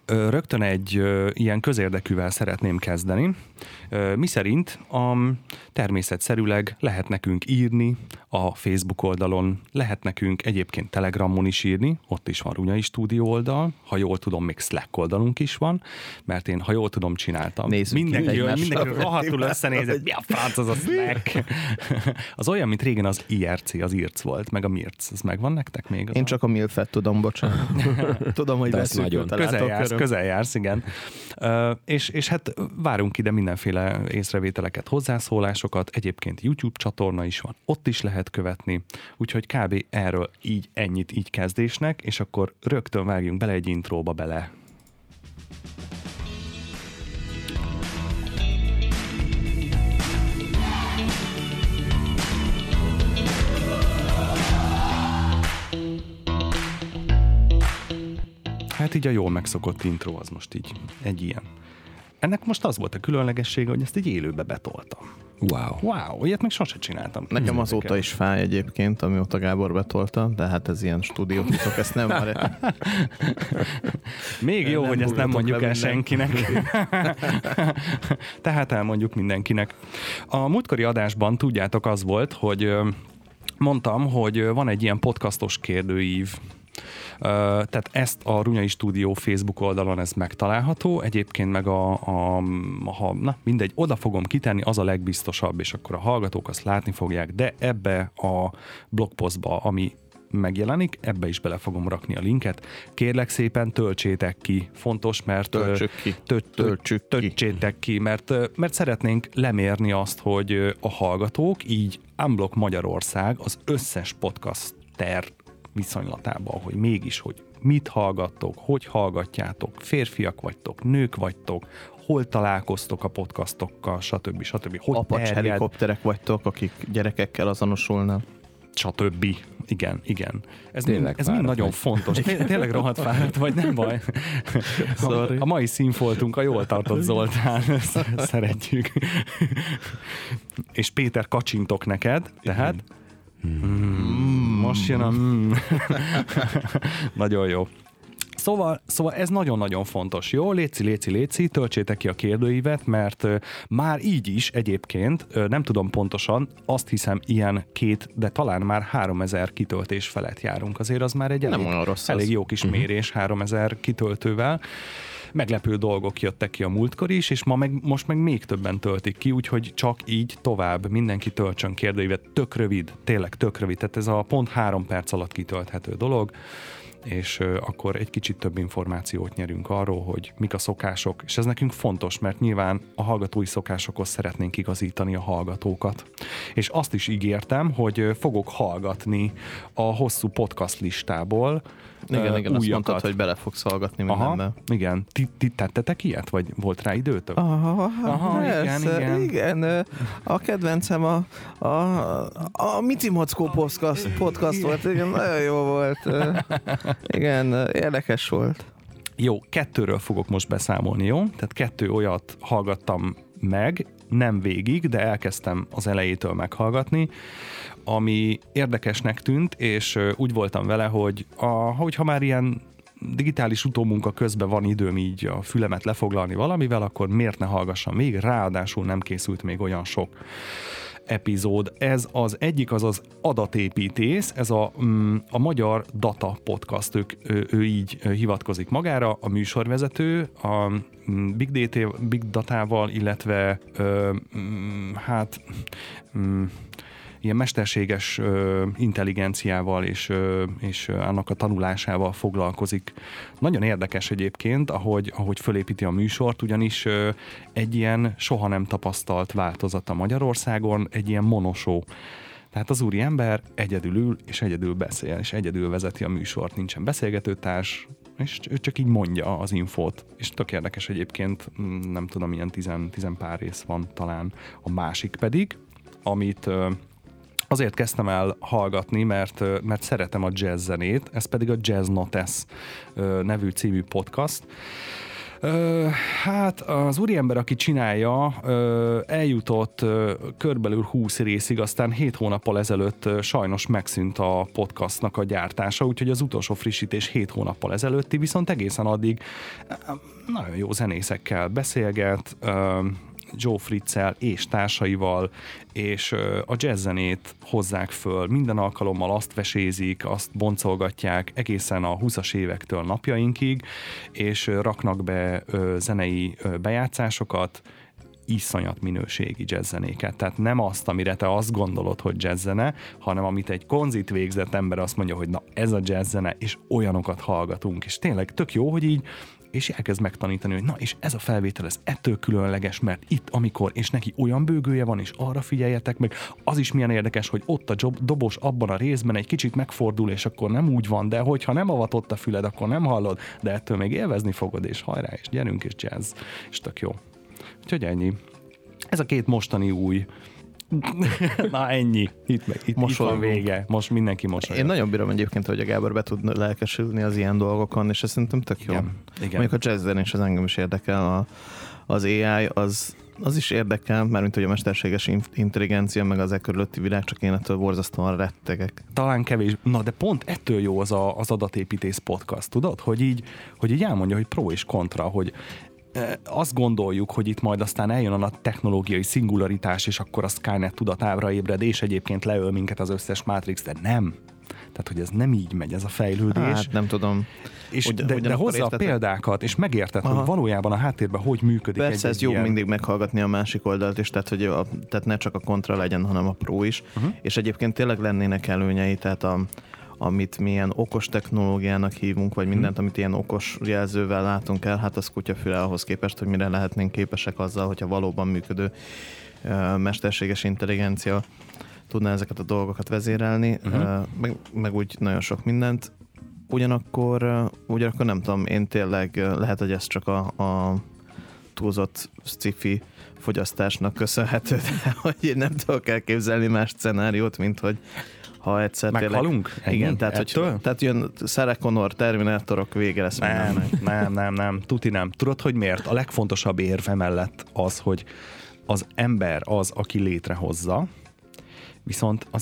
rögtön egy ilyen közérdekűvel szeretném kezdeni. Miszerint természetszerűleg lehet nekünk írni a Facebook oldalon, lehet nekünk egyébként Telegramon is írni, ott is van Runyai Stúdió oldal, ha jól tudom, még Slack oldalunk is van, mert én, ha jól tudom, csináltam. Mindenki rohadtul összenézett, mi a franc az a Slack? Az olyan, mint régen az IRC, az IRC volt, meg a MIRC, ez megvan nektek még? Én csak a Milfet tudom, bocsánat. Tudom, hogy nagyon közel jársz, igen. És hát várunk ide mindenféle észrevételeket, hozzászólásokat, egyébként YouTube csatorna is van, ott is lehet követni, úgyhogy kb. Erről ennyit így kezdésnek, és akkor rögtön vágjunk bele egy intróba bele. Hát így a jól megszokott intro az most így egy ilyen. Ennek most az volt a különlegessége, hogy ezt így élőbe betoltam. Wow, ilyet még sose csináltam. Nekem azóta is fáj egyébként, amióta Gábor betolta, de hát ez ilyen stúdiótitok, ezt nem már... Még jó, hogy ezt nem mondjuk el senkinek. Tehát elmondjuk mindenkinek. A múltkori adásban tudjátok az volt, hogy mondtam, hogy van egy ilyen podcastos kérdőív. Tehát ezt a Runyai Stúdió Facebook oldalon ez megtalálható, egyébként meg mindegy, oda fogom kitenni, az a legbiztosabb, és akkor a hallgatók azt látni fogják, de ebbe a blogpostba, ami megjelenik, ebbe is bele fogom rakni a linket. Kérlek szépen töltsétek ki. Fontos, mert töltsétek ki, mert szeretnénk lemérni azt, hogy a hallgatók, így Unblock Magyarország az összes podcaster viszonylatában, hogy mégis, hogy mit hallgattok, hogy hallgatjátok, férfiak vagytok, nők vagytok, hol találkoztok a podcastokkal, stb. Hogy Apache helikopterek vagytok, akik gyerekekkel azonosulnak. Stb. Igen. Ez mind nagyon fontos. Tényleg rohadt fáradt vagy, nem baj. A mai színfoltunk a jól tartott Zoltán, szeretjük. És Péter, kacsintok neked, tehát most jön a nagyon jó. Szóval ez nagyon-nagyon fontos. Jó, léci, töltsétek ki a kérdőívet, mert már így is egyébként, nem tudom pontosan, azt hiszem ilyen 2, de talán már 3000 kitöltés felett járunk. Azért az már egy elég jó kis mérés 3000 kitöltővel. Meglepő dolgok jöttek ki a múltkor is, és most meg még többen töltik ki, úgyhogy csak így tovább mindenki töltsön kérdőívet. Tök rövid, tényleg tök rövid. Tehát ez a pont 3 perc alatt kitölthető dolog, és akkor egy kicsit több információt nyerünk arról, hogy mik a szokások, és ez nekünk fontos, mert nyilván a hallgatói szokásokhoz szeretnénk igazítani a hallgatókat. És azt is ígértem, hogy fogok hallgatni a hosszú podcast listából. Igen, azt mondtad, hogy bele fogsz hallgatni mindenbe. Igen. Ti tettetek ilyet? Vagy volt rá időtök? Igen. A kedvencem a Mici Mackó podcast volt. Igen, nagyon jó volt. Igen, érdekes volt. Jó, 2-ről fogok most beszámolni, jó? Tehát 2 olyat hallgattam meg, nem végig, de elkezdtem az elejétől meghallgatni, ami érdekesnek tűnt, és úgy voltam vele, hogy hogyha már ilyen digitális utómunka közben van időm így a fülemet lefoglalni valamivel, akkor miért ne hallgassam még? Ráadásul nem készült még olyan sok epizód. Ez az egyik, az adatépítész, ez a Magyar Data Podcast, ő így hivatkozik magára, a műsorvezető, a Big Datával, illetve ilyen mesterséges intelligenciával és annak a tanulásával foglalkozik. Nagyon érdekes egyébként, ahogy fölépíti a műsort, ugyanis egy ilyen soha nem tapasztalt változata Magyarországon, egy ilyen monosó. Tehát az úriember egyedül ül, és egyedül beszél, és egyedül vezeti a műsort, nincsen beszélgetőtárs, és ő csak így mondja az infót. És tök érdekes egyébként, nem tudom, ilyen 10 pár rész van talán. A másik pedig, amit azért kezdtem el hallgatni, mert szeretem a jazz zenét, ez pedig a Jazz Notes nevű című podcast. Hát az úriember, aki csinálja, eljutott körülbelül 20 részig, aztán 7 hónappal ezelőtt sajnos megszűnt a podcastnak a gyártása, úgyhogy az utolsó frissítés 7 hónappal ezelőtti, viszont egészen addig nagyon jó zenészekkel beszélget, Joe Fritzel és társaival, és a jazzzenét hozzák föl, minden alkalommal azt vesézik, azt boncolgatják egészen a 20-as évektől napjainkig, és raknak be zenei bejátszásokat, iszonyat minőségi jazzzenéket. Tehát nem azt, amire te azt gondolod, hogy jazzzene, hanem amit egy konzit végzett ember azt mondja, hogy na ez a jazzzene, és olyanokat hallgatunk. És tényleg tök jó, hogy így és elkezd megtanítani, hogy na, és ez a felvétel, ez ettől különleges, mert itt, amikor, és neki olyan bőgője van, és arra figyeljetek meg, az is milyen érdekes, hogy ott a dobos abban a részben egy kicsit megfordul, és akkor nem úgy van, de hogyha nem avatott a füled, akkor nem hallod, de ettől még élvezni fogod, és hajrá, és gyerünk, és jazz, és tök jó. Úgyhogy ennyi. Ez a két mostani új. Na ennyi. Itt van vége. Most mindenki mosolyog. Én nagyon bírom egyébként, hogy a Gábor be tud lelkesülni az ilyen dolgokon, és ez szerintem tök jó. Igen. Mondjuk a jazzen és az engem is érdekel, az AI, az is érdekel, mármint hogy a mesterséges intelligencia, meg az körülötti világ, csak én ettől borzasztóan rettegek. Talán kevés. Na de pont ettől jó az adatépítész podcast, tudod? Hogy így elmondja, hogy pro és kontra, hogy azt gondoljuk, hogy itt majd aztán eljön a technológiai szingularitás, és akkor a Skynet tudatábra ébred, és egyébként leöl minket az összes Matrix, de nem. Tehát, hogy ez nem így megy, ez a fejlődés. Hát nem tudom. És de hozza a példákat, és megérted, hogy valójában a háttérben hogy működik. Persze, ez jó mindig meghallgatni a másik oldalt is, tehát ne csak a kontra legyen, hanem a pro is. És egyébként tényleg lennének előnyei, tehát amit milyen okos technológiának hívunk, vagy mindent, amit ilyen okos jelzővel látunk el, hát az kutyafüle ahhoz képest, hogy mire lehetnénk képesek azzal, hogyha valóban működő mesterséges intelligencia tudná ezeket a dolgokat vezérelni, meg úgy nagyon sok mindent. Ugyanakkor nem tudom, én tényleg lehet, hogy ez csak a túlzott sci-fi fogyasztásnak köszönhető, de hogy én nem tudok elképzelni más szenáriót, mint hogy ha egyszer meghalunk? Igen, tehát jön Sarah Connor, Terminátorok, vége lesz. Nem, tuti nem. Tudod, hogy miért? A legfontosabb érve mellett az, hogy az ember az, aki létrehozza, viszont az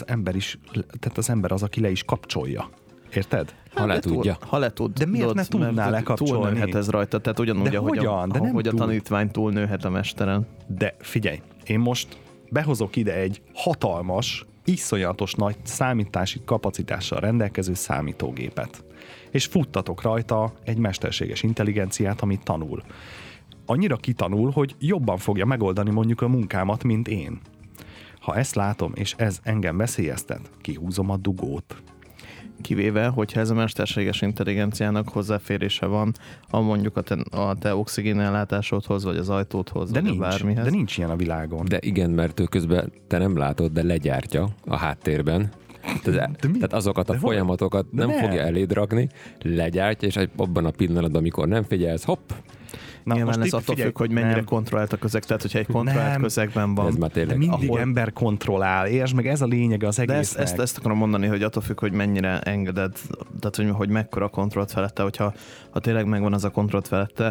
ember az, aki le is kapcsolja. Érted? Ha le tudja. Ha le tud. De miért ne tudná lekapcsolni? Túlnőhet ez rajta, tehát ugyanúgy, ahogy a tanítvány túlnőhet a mesteren. De figyelj, én most behozok ide egy hatalmas, iszonyatos nagy számítási kapacitással rendelkező számítógépet. És futtatok rajta egy mesterséges intelligenciát, amit tanul. Annyira kitanul, hogy jobban fogja megoldani mondjuk a munkámat, mint én. Ha ezt látom, és ez engem veszélyeztet, kihúzom a dugót. Kivéve, hogyha ez a mesterséges intelligenciának hozzáférése van mondjuk a te oxigénellátásodhoz, vagy az ajtódhoz, vagy nincs, bármihez. De nincs ilyen a világon. De igen, mert ő közben te nem látod, de legyártja a háttérben. Tehát azokat a folyamatokat nem fogja eléd rakni, legyártja, és abban a pillanatban, amikor nem figyelsz, hopp. Nyilván ez attól függ, hogy mennyire kontrollált a közeg, tehát hogyha egy kontrollált közegben van. Ez már tényleg, mindig ember kontrollál, és meg ez a lényege az egésznek. De ezt akarom mondani, hogy attól függ, hogy mennyire engeded, tehát hogy mekkora kontrollt felette, hogyha tényleg megvan az a kontrollt felette,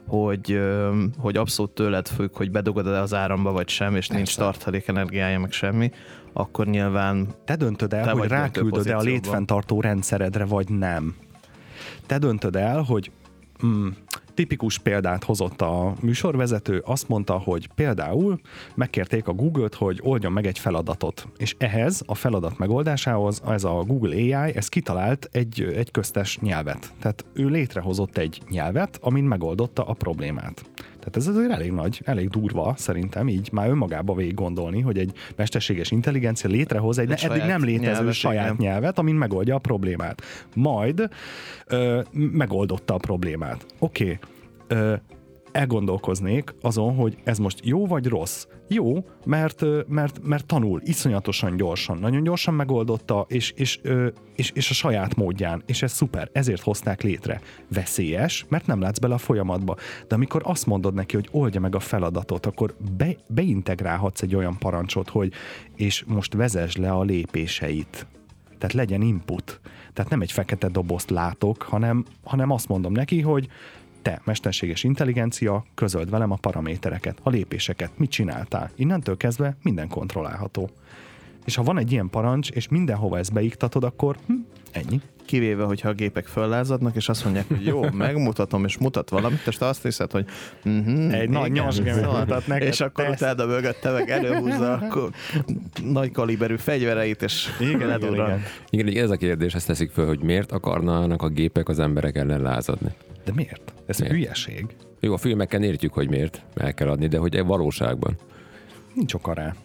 hogy abszolút tőled függ, hogy bedugod-e az áramba vagy sem, és nincs tartalék energiája, meg semmi, akkor nyilván te döntöd el, hogy ráküldöd-e a létfenntartó rendszeredre, vagy nem. Te döntöd el, hogy tipikus példát hozott a műsorvezető, azt mondta, hogy például megkérték a Google-t, hogy oldjon meg egy feladatot, és ehhez a feladat megoldásához ez a Google AI, ez kitalált egy köztes nyelvet. Tehát ő létrehozott egy nyelvet, amin megoldotta a problémát. Tehát ez azért elég nagy, elég durva szerintem így már önmagába végig gondolni, hogy egy mesterséges intelligencia létrehoz egy eddig nem létező saját nyelvet, amin megoldja a problémát. Majd megoldotta a problémát. Oké. Elgondolkoznék azon, hogy ez most jó vagy rossz. Jó, mert tanul iszonyatosan gyorsan, nagyon gyorsan megoldotta, és a saját módján, és ez szuper, ezért hozták létre. Veszélyes, mert nem látsz bele a folyamatba. De amikor azt mondod neki, hogy oldja meg a feladatot, akkor beintegrálhatsz egy olyan parancsot, hogy és most vezesd le a lépéseit. Tehát legyen input. Tehát nem egy fekete dobozt látok, hanem azt mondom neki, hogy te, mesterséges intelligencia, közöld velem a paramétereket, a lépéseket, mit csináltál. Innentől kezdve minden kontrollálható. És ha van egy ilyen parancs, és mindenhova ezt beiktatod, akkor ennyi. Kivéve, hogyha a gépek föllázadnak, és azt mondják, hogy jó, megmutatom, és mutat valamit, és te azt hiszed, hogy egy nagy nyosgemet mutat neked. És akkor utána mögötte meg előhúzza a nagy kaliberű fegyvereit, és Igen, ez a kérdés, ezt teszik föl, hogy miért akarnának a gépek az emberek ellen lázadni. De miért? Ez hülyeség. Jó, a filmeken értjük, hogy miért el kell adni, de hogy valóságban. Nincs oka rá.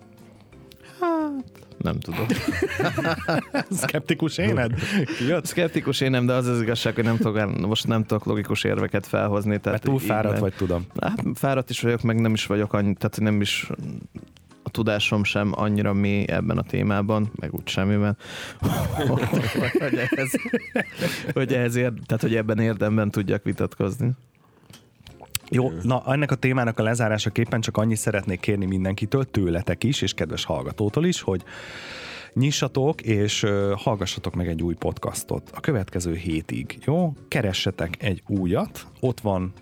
Nem tudom. Szkeptikus éned? Szkeptikus énem, de az igazság, hogy most nem tudok logikus érveket felhozni. Tehát mert túl fáradt vagy, tudom. Hát fáradt is vagyok, meg nem is vagyok annyi, tehát nem is a tudásom sem annyira mély ebben a témában, meg úgy semmiben, hogy ebben érdemben tudjak vitatkozni. Jó, na ennek a témának a lezárásaképpen csak annyit szeretnék kérni mindenkitől, tőletek is, és kedves hallgatótól is, hogy nyissatok, és hallgassatok meg egy új podcastot a következő hétig, jó? Keressetek egy újat, ott van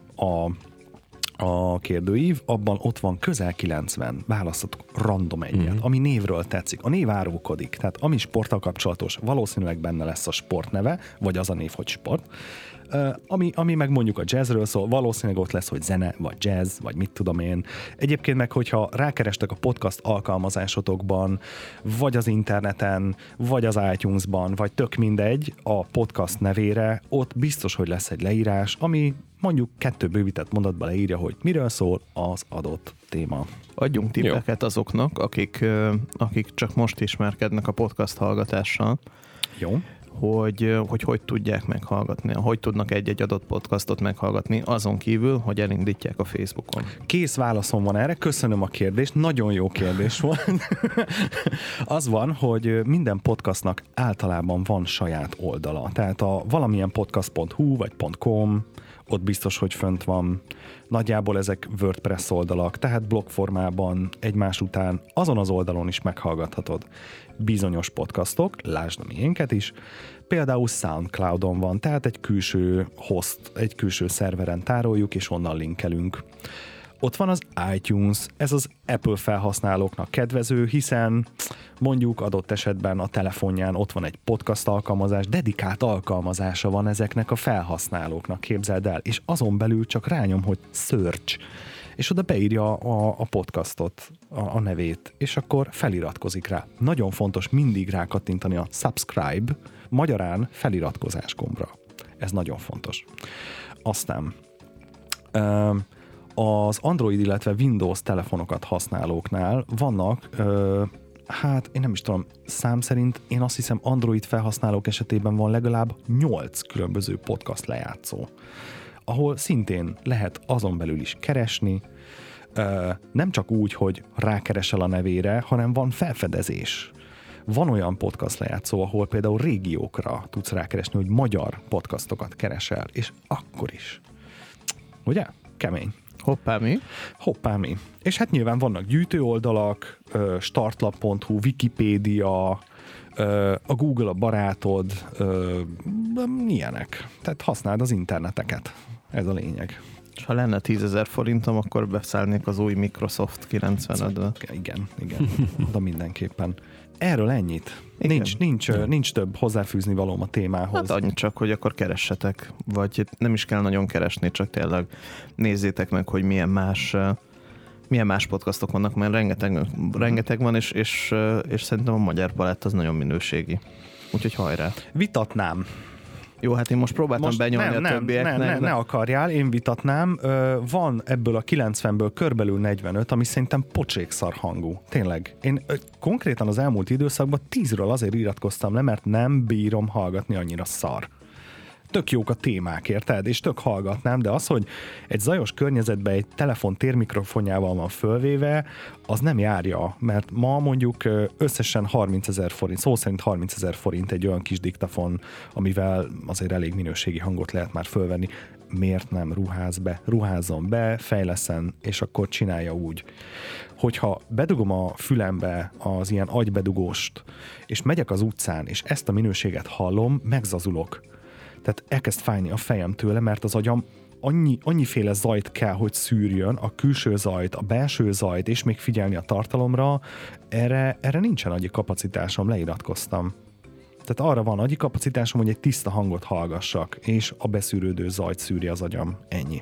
a kérdőív, abban ott van közel 90, választatok random egyet, ami névről tetszik. A név árulkodik, tehát ami sporttal kapcsolatos, valószínűleg benne lesz a sport neve, vagy az a név, hogy sport. Ami meg mondjuk a jazzről szól, valószínűleg ott lesz, hogy zene, vagy jazz, vagy mit tudom én. Egyébként meg, hogyha rákerestek a podcast alkalmazásotokban, vagy az interneten, vagy az iTunes-ban, vagy tök mindegy a podcast nevére, ott biztos, hogy lesz egy leírás, ami mondjuk 2 bővített mondatba leírja, hogy miről szól az adott téma. Adjunk tippeket azoknak, akik csak most ismerkednek a podcast hallgatással. Jó. Hogy tudják meghallgatni, hogy tudnak egy-egy adott podcastot meghallgatni, azon kívül, hogy elindítják a Facebookon. Kész válaszom van erre, köszönöm a kérdést, nagyon jó kérdés volt. Az van, hogy minden podcastnak általában van saját oldala, tehát a valamilyen podcast.hu vagy .com, ott biztos, hogy fönt van. Nagyjából ezek WordPress oldalak, tehát blogformában egymás után azon az oldalon is meghallgathatod. Bizonyos podcastok, lásd a miénket is, például SoundCloudon van, tehát egy külső host, egy külső szerveren tároljuk, és onnan linkelünk. Ott van az iTunes, ez az Apple felhasználóknak kedvező, hiszen mondjuk adott esetben a telefonján ott van egy podcast alkalmazás, dedikált alkalmazása van ezeknek a felhasználóknak, képzeld el, és azon belül csak rányom, hogy search, és oda beírja a podcastot, a nevét, és akkor feliratkozik rá. Nagyon fontos mindig rákattintani a subscribe, magyarán feliratkozás gombra. Ez nagyon fontos. Aztán az Android, illetve Windows telefonokat használóknál vannak, hát én nem is tudom, szám szerint én azt hiszem Android felhasználók esetében van legalább 8 különböző podcast lejátszó, ahol szintén lehet azon belül is keresni, nem csak úgy, hogy rákeresel a nevére, hanem van felfedezés. Van olyan podcast lejátszó, ahol például régiókra tudsz rákeresni, hogy magyar podcastokat keresel, és akkor is. Ugye? Kemény. Hoppá mi. És hát nyilván vannak gyűjtőoldalak, startlap.hu, Wikipédia, a Google a barátod, ilyenek. Tehát használd az interneteket. Ez a lényeg. És ha lenne 10 000 forintom, akkor beszállnék az új Microsoft 95-be. Igen. De mindenképpen. Erről ennyit. Nincs több hozzáfűzni valóm a témához. Hát annyi csak, hogy akkor keressetek, vagy nem is kell nagyon keresni, csak tényleg nézzétek meg, hogy milyen más podcastok vannak, mert rengeteg van, és szerintem a magyar palett az nagyon minőségi. Úgyhogy hajrá. Vitatnám. Jó, hát én most próbáltam benyomni a többieknek. Ne akarjál, én vitatnám. Van ebből a 90-ből körbelül 45, ami szerintem pocsékszar hangú. Tényleg. Én konkrétan az elmúlt időszakban 10-ről azért iratkoztam le, mert nem bírom hallgatni, annyira szar. Tök jók a témák, érted? És tök hallgatnám, de az, hogy egy zajos környezetben egy telefon térmikrofonjával van fölvéve, az nem járja, mert ma mondjuk összesen 30 000 forint, szó szerint 30 000 forint egy olyan kis diktafon, amivel azért elég minőségi hangot lehet már fölvenni. Miért nem ruházzon be, fejleszen, és akkor csinálja úgy, hogyha bedugom a fülembe az ilyen agybedugóst, és megyek az utcán, és ezt a minőséget hallom, megzazulok. Tehát elkezd fájni a fejem tőle, mert az agyam annyiféle zajt kell, hogy szűrjön, a külső zajt, a belső zajt, és még figyelni a tartalomra, erre nincsen agyi kapacitásom, leiratkoztam. Tehát arra van agyi kapacitásom, hogy egy tiszta hangot hallgassak, és a beszűrődő zajt szűri az agyam. Ennyi.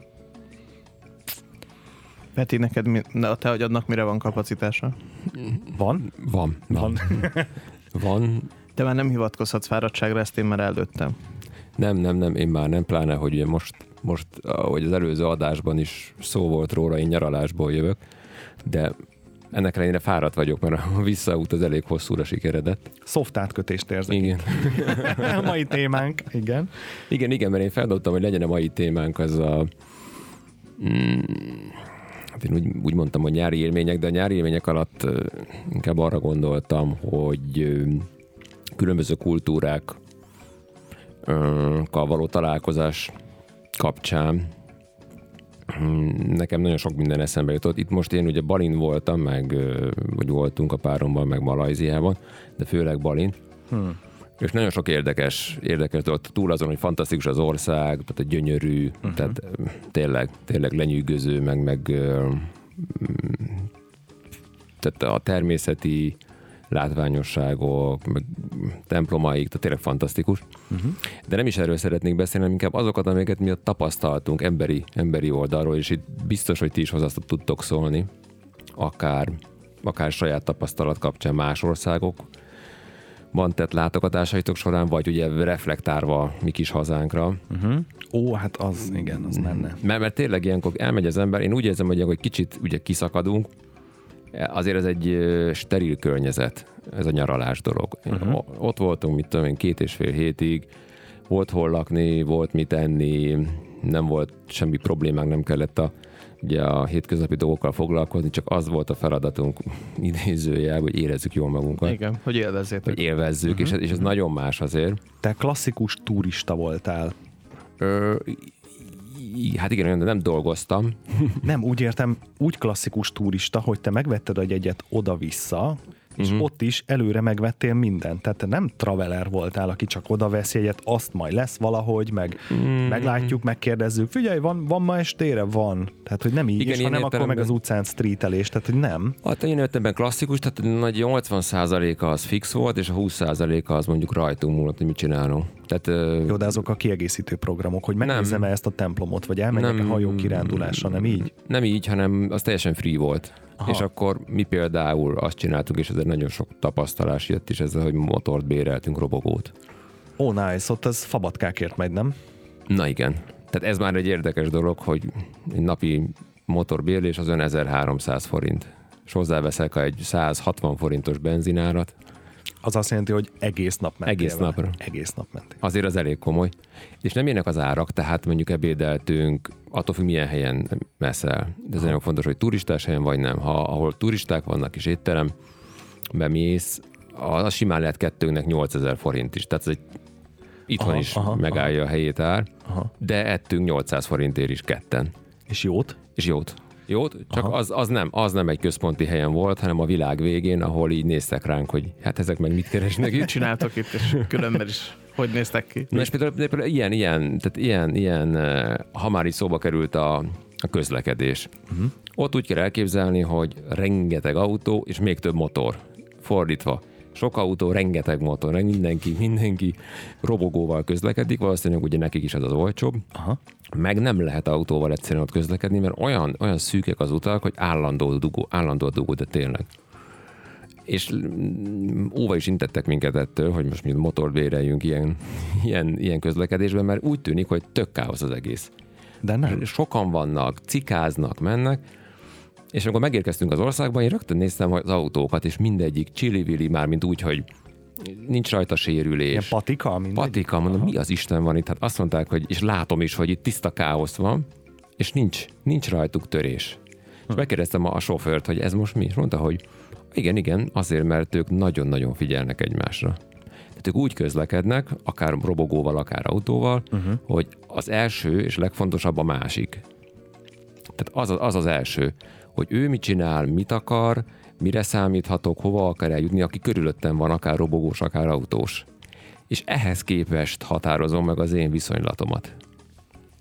Peti, neked a te agyadnak mire van kapacitása? Van? Van. Te már nem hivatkozhatsz fáradtságra, ezt én már előttem. Nem, én már nem, pláne, hogy ugye most, ahogy az előző adásban is szó volt róla, én nyaralásból jövök, de ennek ellenére fáradt vagyok, mert a visszaút az elég hosszúra sikeredett. Soft átkötést érzek. Igen. A mai témánk, igen. Igen, mert én feldobtam, hogy legyen a mai témánk az a... én úgy mondtam, hogy nyári élmények, de a nyári élmények alatt inkább arra gondoltam, hogy különböző kultúrákkal való találkozás kapcsán nekem nagyon sok minden eszembe jutott. Itt most én ugye Balin voltam, vagy voltunk a párommal, meg Malajziában, de főleg Balin. És nagyon sok érdekes dolog, túl azon, hogy fantasztikus az ország, tehát gyönyörű, tehát tényleg lenyűgöző, meg tehát a természeti látványosságok, meg templomaik, tehát tényleg fantasztikus. De nem is erről szeretnék beszélni, hanem inkább azokat, amiket mi tapasztaltunk emberi oldalról, és itt biztos, hogy ti is hozzá tudtok szólni, akár saját tapasztalat kapcsán más országokban tett látogatásaitok során, vagy ugye reflektálva mi kis hazánkra. Ó, hát az, igen, az menne. Mert tényleg ilyenkor elmegy az ember, én úgy érzem, hogy kicsit ugye kiszakadunk, azért ez egy steril környezet, ez a nyaralás dolog. Ott voltunk, mit tudom én, 2,5 hétig, volt hol lakni, volt mit enni, nem volt semmi problémánk, nem kellett ugye a hétköznapi dolgokkal foglalkozni, csak az volt a feladatunk idézőjel, hogy érezzük jól magunkat. Igen, hogy élvezzétek. Hogy élvezzük, és ez nagyon más azért. Te klasszikus turista voltál. Hát igen, de nem dolgoztam. Nem, úgy értem, úgy klasszikus turista, hogy te megvetted a jegyet oda-vissza, és ott is előre megvettél mindent. Tehát te nem traveler voltál, aki csak oda vesz jegyet, azt majd lesz valahogy, meglátjuk, megkérdezzük. Figyelj, van ma estére? Van. Tehát, hogy nem így, igen, és ha nem, akkor meg az utcán streetelés, tehát, hogy nem. Hát én értelemben klasszikus, tehát nagy 80%-a az fix volt, és a 20%-a az mondjuk rajtunk múlott, hogy mit csinálunk. Tehát, jó, de azok a kiegészítő programok, hogy megnézzem-e ezt a templomot, vagy elmenjek a hajó kirándulásra, nem így? Nem így, hanem az teljesen free volt. Aha. És akkor mi például azt csináltuk, és ez egy nagyon sok tapasztalás jött is ezzel, hogy motort béreltünk, robogót. Ó, nice, ott ez fabatkákért megy, nem? Na igen. Tehát ez már egy érdekes dolog, hogy egy napi motorbérlés az ön 1300 forint. És hozzáveszek egy 160 forintos benzinárat. Az azt jelenti, hogy egész nap mentél. Egész nap mentél. Azért az elég komoly. És nem jönnek az árak, tehát mondjuk ebédeltünk, attól függ milyen helyen meszel. De ez nagyon fontos, hogy turistás helyen vagy nem. Ahol turisták vannak és étterem, bemész, az simán lehet kettőnknek 8000 forint is. Tehát ez itthon is megállja a helyét ár, de ettünk 800 forintért is ketten. És jót? Jót, csak az nem egy központi helyen volt, hanem a világ végén, ahol így néztek ránk, hogy hát ezek meg mit keresnek itt. Mit csináltok itt, és különben is hogy néztek ki? Na és például ilyen, ha már így szóba került a közlekedés. Ott úgy kell elképzelni, hogy rengeteg autó, és még több motor. Fordítva. Sok autó, rengeteg motor, mindenki robogóval közlekedik, valószínűleg ugye nekik is ez az olcsóbb. Meg nem lehet autóval egyszerűen ott közlekedni, mert olyan szűkek az utak, hogy állandó a dugó, de tényleg. És óva is intettek minket ettől, hogy most mi motort béreljünk ilyen közlekedésben, mert úgy tűnik, hogy tök káosz az egész. De nem. Sokan vannak, cikáznak, mennek, és amikor megérkeztünk az országban, én rögtön néztem az autókat, és mindegyik csili-vili, mármint úgy, hogy nincs rajta sérülés. Ilyen patika? Patika, mondom, mi az Isten van itt? Hát azt mondták, hogy, és látom is, hogy itt tiszta káosz van, és nincs rajtuk törés. És megkérdeztem a sofőrt, hogy ez most mi? És mondta, hogy igen, azért, mert ők nagyon-nagyon figyelnek egymásra. Tehát ők úgy közlekednek, akár robogóval, akár autóval, hogy az első és legfontosabb a másik. Tehát az első, hogy ő mit csinál, mit akar, mire számíthatok, hova akar eljutni, aki körülöttem van, akár robogós, akár autós. És ehhez képest határozom meg az én viszonylatomat.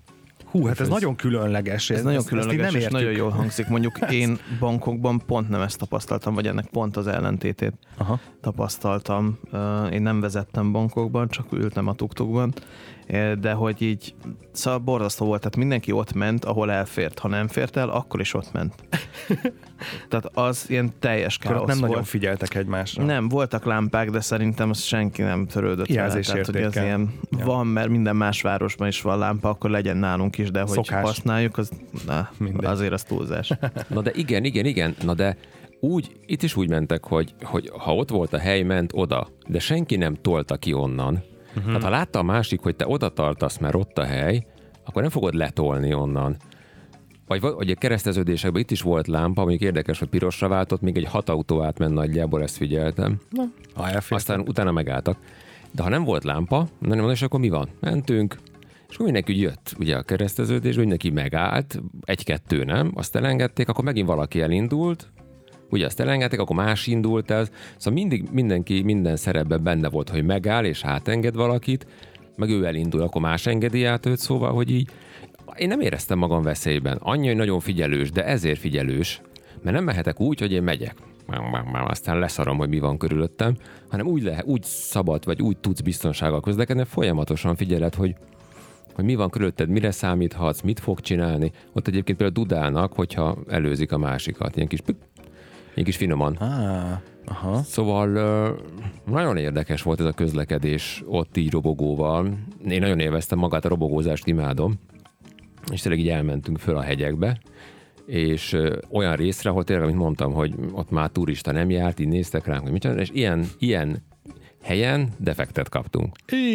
Hú, hát ez nagyon különleges. Ez nagyon különleges, nem és nagyon jól hangzik. Mondjuk én bankokban pont nem ezt tapasztaltam, vagy ennek pont az ellentétét tapasztaltam. Én nem vezettem bankokban, csak ültem a tuktukban, de hogy így, szóval borzasztó volt, tehát mindenki ott ment, ahol elfért. Ha nem fért el, akkor is ott ment. Tehát az ilyen teljes káosz volt. Nem nagyon figyeltek egymásra. Nem, voltak lámpák, de szerintem azt senki nem törődött vele. Tehát, hogy ez ilyen van, mert minden más városban is van lámpa, akkor legyen nálunk is, de hogy szokás. Használjuk, azért az túlzás. Na de igen. Na de itt is úgy mentek, hogy ha ott volt a hely, ment oda, de senki nem tolta ki onnan. Tehát ha látta a másik, hogy te oda tartasz, mert ott a hely, akkor nem fogod letolni onnan. Vagy a kereszteződésekben itt is volt lámpa, amik érdekes, hogy pirosra váltott, még egy 6 autó átment nagyjából, ezt figyeltem. Aztán utána megálltak. De ha nem volt lámpa, és akkor mi van? Mentünk, és akkor mindenki jött ugye a kereszteződésbe, mindenki megállt, 1-2 nem, azt elengedték, akkor megint valaki elindult, ugye azt elengedték, akkor más indult el. Szóval mindenki minden szerepben benne volt, hogy megáll és átenged valakit, meg ő elindul, akkor más engedi át őt, szóval, hogy így én nem éreztem magam veszélyben. Annyi, hogy nagyon figyelős, de ezért figyelős, mert nem mehetek úgy, hogy én megyek. Aztán leszarom, hogy mi van körülöttem, hanem úgy szabad, vagy úgy tudsz biztonsággal közlekedni, folyamatosan figyeled, hogy mi van körülötted, mire számíthatsz, mit fog csinálni. Ott egyébként például dudálnak, hogyha előzik a másikat. Ilyen kis finoman. Aha. Szóval nagyon érdekes volt ez a közlekedés ott így robogóval. Én nagyon élveztem magát, a robogózást imádom. És tényleg így elmentünk föl a hegyekbe, és olyan részre, ahol tényleg, amit mondtam, hogy ott már turista nem járt, így néztek ránk, hogy mit csinál, és ilyen helyen defektet kaptunk.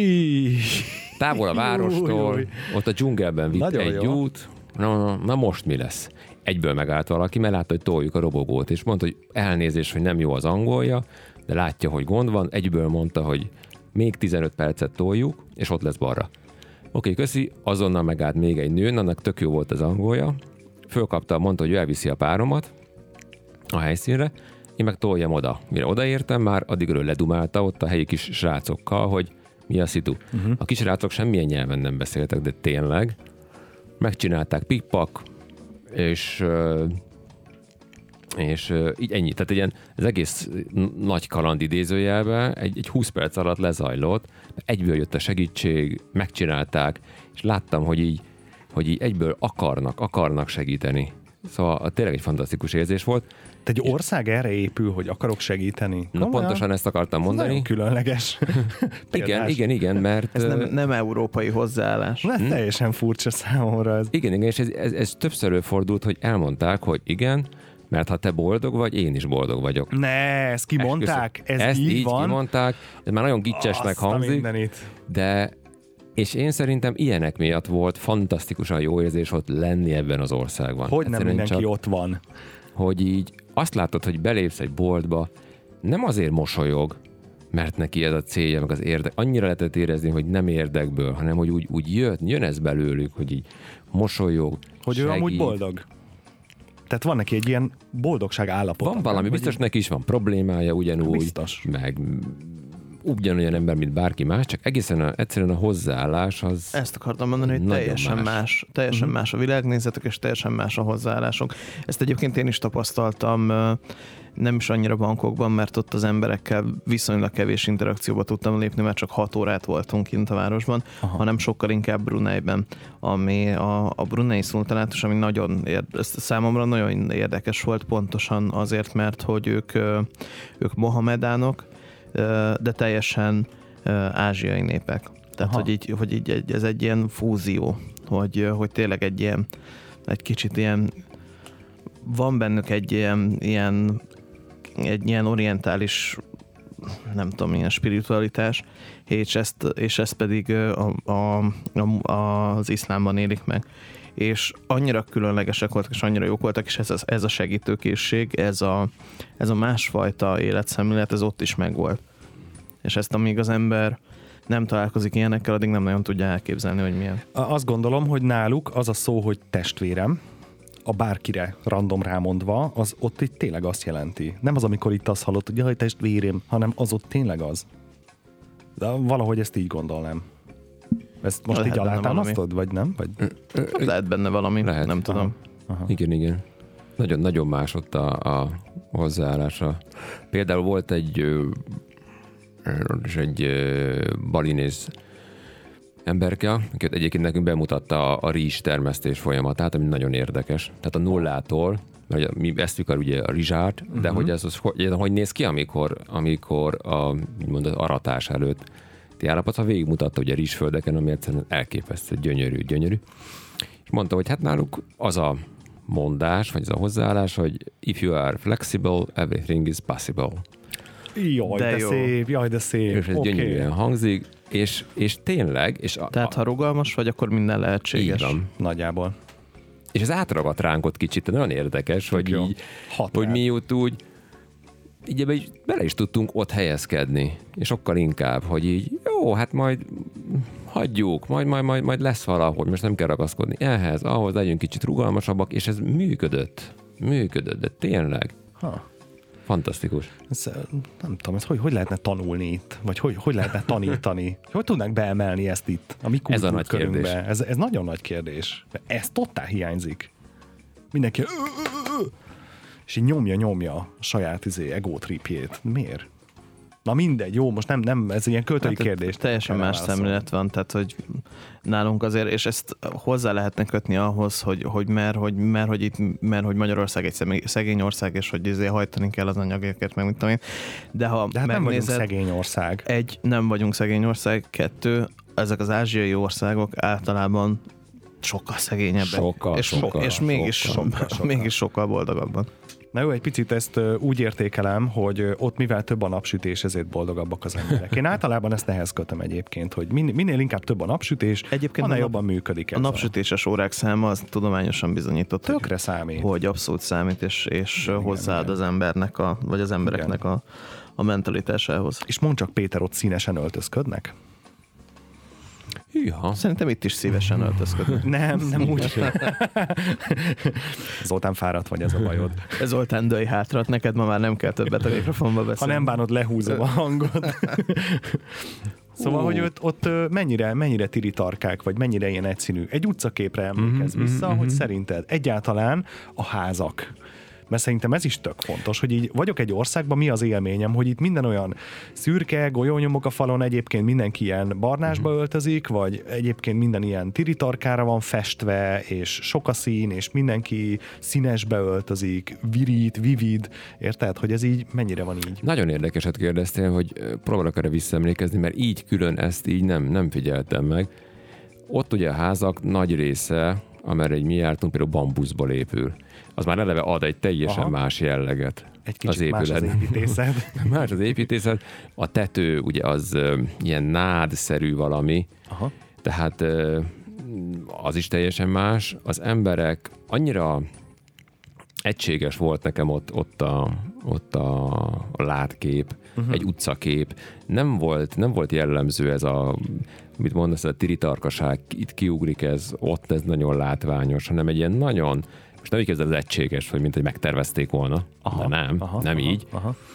Távol a várostól, ott a dzsungelben vitt nagyon egy út, na most mi lesz? Egyből megállt valaki, mert látta, hogy toljuk a robogót, és mondta, hogy elnézés, hogy nem jó az angolja, de látja, hogy gond van, egyből mondta, hogy még 15 percet toljuk, és ott lesz balra. Oké, köszi, azonnal megállt még egy nő, annak tök jó volt az angolja, fölkapta, mondta, hogy ő elviszi a páromat a helyszínre, én meg toljam oda. Mire odaértem, már addigről ledumálta ott a helyi kis srácokkal, hogy mi a szitu. A kis srácok semmilyen nyelven nem beszéltek, de tényleg megcsinálták pikpak, és így ennyi. Tehát ilyen az egész nagy kaland idézőjelben egy 20 perc alatt lezajlott, egyből jött a segítség, megcsinálták, és láttam, hogy így egyből akarnak segíteni. Szóval tényleg egy fantasztikus érzés volt. Egy ország erre épül, hogy akarok segíteni. Na, pontosan ezt akartam mondani. Nagyon különleges. Igen, mert... Ez nem európai hozzáállás. Teljesen furcsa számomra ez. Igen, és ez többször előfordult, hogy elmondták, hogy igen, mert ha te boldog vagy, én is boldog vagyok. Ne, ezt kimondták? Ezt így van? Kimondták, ez már nagyon gicsesnek hangzik, de és én szerintem ilyenek miatt volt fantasztikusan jó érzés ott lenni ebben az országban. Hogy nem mindenki ott van. Hogy így azt látod, hogy belépsz egy boltba, nem azért mosolyog, mert neki ez a célja, meg az érdek. Annyira lehetett érezni, hogy nem érdekből, hanem hogy úgy jön ez belőlük, hogy így mosolyog, hogy segít. Ő amúgy boldog. Tehát van neki egy ilyen boldogság állapota. Van valami, biztos neki is van problémája ugyanúgy. Biztos. Meg ugyanolyan ember, mint bárki más, csak egyszerűen a hozzáállás az... Ezt akartam mondani, hogy teljesen más a világnézetek, és teljesen más a hozzáállásunk. Ezt egyébként én is tapasztaltam, nem is annyira bankokban, mert ott az emberekkel viszonylag kevés interakcióba tudtam lépni, mert csak 6 órát voltunk kint a városban, hanem sokkal inkább Bruneiben, ami a Brunei szultanátus, ami számomra nagyon érdekes volt, pontosan azért, mert hogy ők mohamedánok, de teljesen ázsiai népek. Tehát, hogy így ez egy ilyen fúzió, hogy tényleg egy kicsit ilyen, van bennük egy ilyen orientális, nem tudom, ilyen spiritualitás, és ezt pedig az iszlámban élik meg. És annyira különlegesek voltak, és annyira jók voltak, és ez a segítőkészség, ez a másfajta életszemlélet, ez ott is megvolt. És ezt amíg az ember nem találkozik ilyenekkel, addig nem nagyon tudja elképzelni, hogy milyen. Azt gondolom, hogy náluk az a szó, hogy testvérem, a bárkire random rámondva, az ott itt tényleg azt jelenti. Nem az, amikor itt azt hallott, hogy jaj, testvérem, hanem az ott tényleg az. De valahogy ezt így gondolnám. Ezt most Lehet így benne alátámasztod, vagy nem? Vagy... Lehet benne valami, Lehet. nem tudom. Aha. Igen. Nagyon más ott a hozzáállása. Például volt egy balinéz emberke, aki egyébként nekünk bemutatta a rizs termesztés folyamatát, ami nagyon érdekes. Tehát a nullától, mert mi esztük ugye a rizsát, de hogy néz ki, amikor az aratás előtt állapotban végigmutatta ugye a rizsföldeken, ami egyszerűen elképesztő, gyönyörű. És mondta, hogy hát náluk az a mondás, vagy az a hozzáállás, hogy if you are flexible, everything is possible. Jaj, de szép. És ez gyönyörűen hangzik, és tényleg... Tehát ha rugalmas vagy, akkor minden lehetséges. Így van. Nagyjából. És ez átragadt ránk ott kicsit, nagyon érdekes, hogy így, hogy mi úgy így bele is tudtunk ott helyezkedni, és sokkal inkább, hogy így jó, hát majd hagyjuk, majd lesz valahogy, most nem kell ragaszkodni ehhez, ahhoz legyünk kicsit rugalmasabbak, és ez működött, de tényleg. Fantasztikus. Ez, nem tudom, ez hogy lehetne tanulni itt? Vagy hogy lehetne tanítani? Hogy tudnánk beemelni ezt itt a mi kultúrkörünkbe? Ez nagyon nagy kérdés. Ez totál hiányzik. Mindenki és így nyomja a saját egótripjét. Miért? Na mindegy, jó, most nem ez ilyen költői kérdés. Teljesen más szemlélet van, tehát hogy nálunk azért, és ezt hozzá lehetne kötni ahhoz, hogy Magyarország egy szegény ország, és hogy hajtani kell az anyagért, meg mit tudom én. De hát nem vagyunk szegény ország. Nem vagyunk szegény ország, 2, ezek az ázsiai országok általában sokkal szegényebbek. És mégis sokkal boldogabbak. Na jó, egy picit ezt úgy értékelem, hogy ott mivel több a napsütés, ezért boldogabbak az emberek. Én általában ezt ehhez kötöm egyébként, hogy minél inkább több a napsütés, annál jobban működik ez. A napsütéses órák száma az tudományosan bizonyított, tökre számít. Hogy abszolút számít, és hozzáad az embernek, vagy az embereknek a mentalitásához. És mondd csak, Péter, ott színesen öltözködnek? Hűha. Szerintem itt is szívesen öltözködnek. Nem úgy. Zoltán, fáradt vagy, ez a bajod. Zoltán, dőj hátra, neked ma már nem kell többet a mikrofonba beszélni. Ha nem bánod, lehúzom a hangot. Szóval, hogy ott mennyire tiritarkák, vagy mennyire ilyen egyszínű. Egy utcaképre emlékezz vissza, hogy szerinted egyáltalán a házak. Mert szerintem ez is tök fontos, hogy így vagyok egy országban, mi az élményem, hogy itt minden olyan szürke, golyónyomok a falon, egyébként mindenki ilyen barnásba öltözik, vagy egyébként minden ilyen tiritarkára van festve, és sok a szín, és mindenki színesbe öltözik, vivid, érted? Hogy ez így mennyire van így? Nagyon érdekeset kérdeztél, hogy próbálok erre visszaemlékezni, mert így külön ezt így nem figyeltem meg. Ott ugye a házak nagy része, amerre mi jártunk, például bambuszból épül. Az már eleve ad egy teljesen más jelleget. Egy kicsit más az építészet. Más az építészet. A tető ugye az ilyen nádszerű valami. Aha. Tehát az is teljesen más. Az emberek annyira egységes volt nekem ott a látkép, egy utcakép. Nem volt jellemző ez mit mondasz, a tiritarkaság, itt kiugrik ez, ott ez nagyon látványos, hanem egy ilyen nagyon, most nem így kezdve az egységes, hogy mint hogy megtervezték volna, de nem így,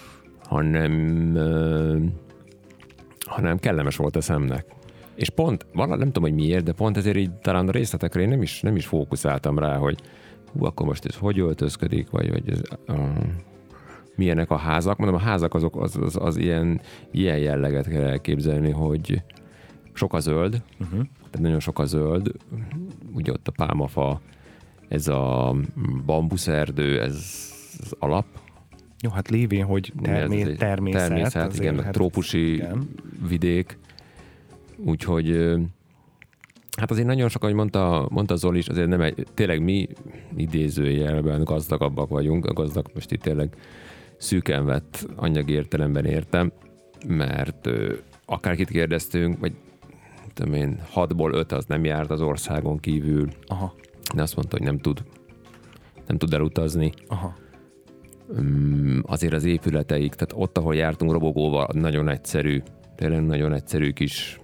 hanem kellemes volt a szemnek. És pont, nem tudom, hogy miért, de pont ezért így talán a részletekre én nem is fókuszáltam rá, hogy akkor most ez hogy öltözködik, vagy ez, milyenek a házak. Mondom, a házak az ilyen jelleget kell elképzelni, hogy sok a zöld, tehát nagyon sok a zöld, ugye ott a pálmafa, ez a bambuszerdő, ez az alap. Jó, hát lévén, hogy természet igen, meg trópusi vidék, úgyhogy hát azért nagyon sokan, hogy mondta Zoli is, azért tényleg mi idézőjelben gazdagabbak vagyunk, a gazdag most itt tényleg szűken vett anyagi értelemben értem, mert akárkit kérdeztünk, vagy tudom én, 6-ból 5 az nem járt az országon kívül, de azt mondta, hogy nem tud elutazni. Azért az épületeik, tehát ott, ahol jártunk robogóval, nagyon egyszerű, tényleg nagyon egyszerű kis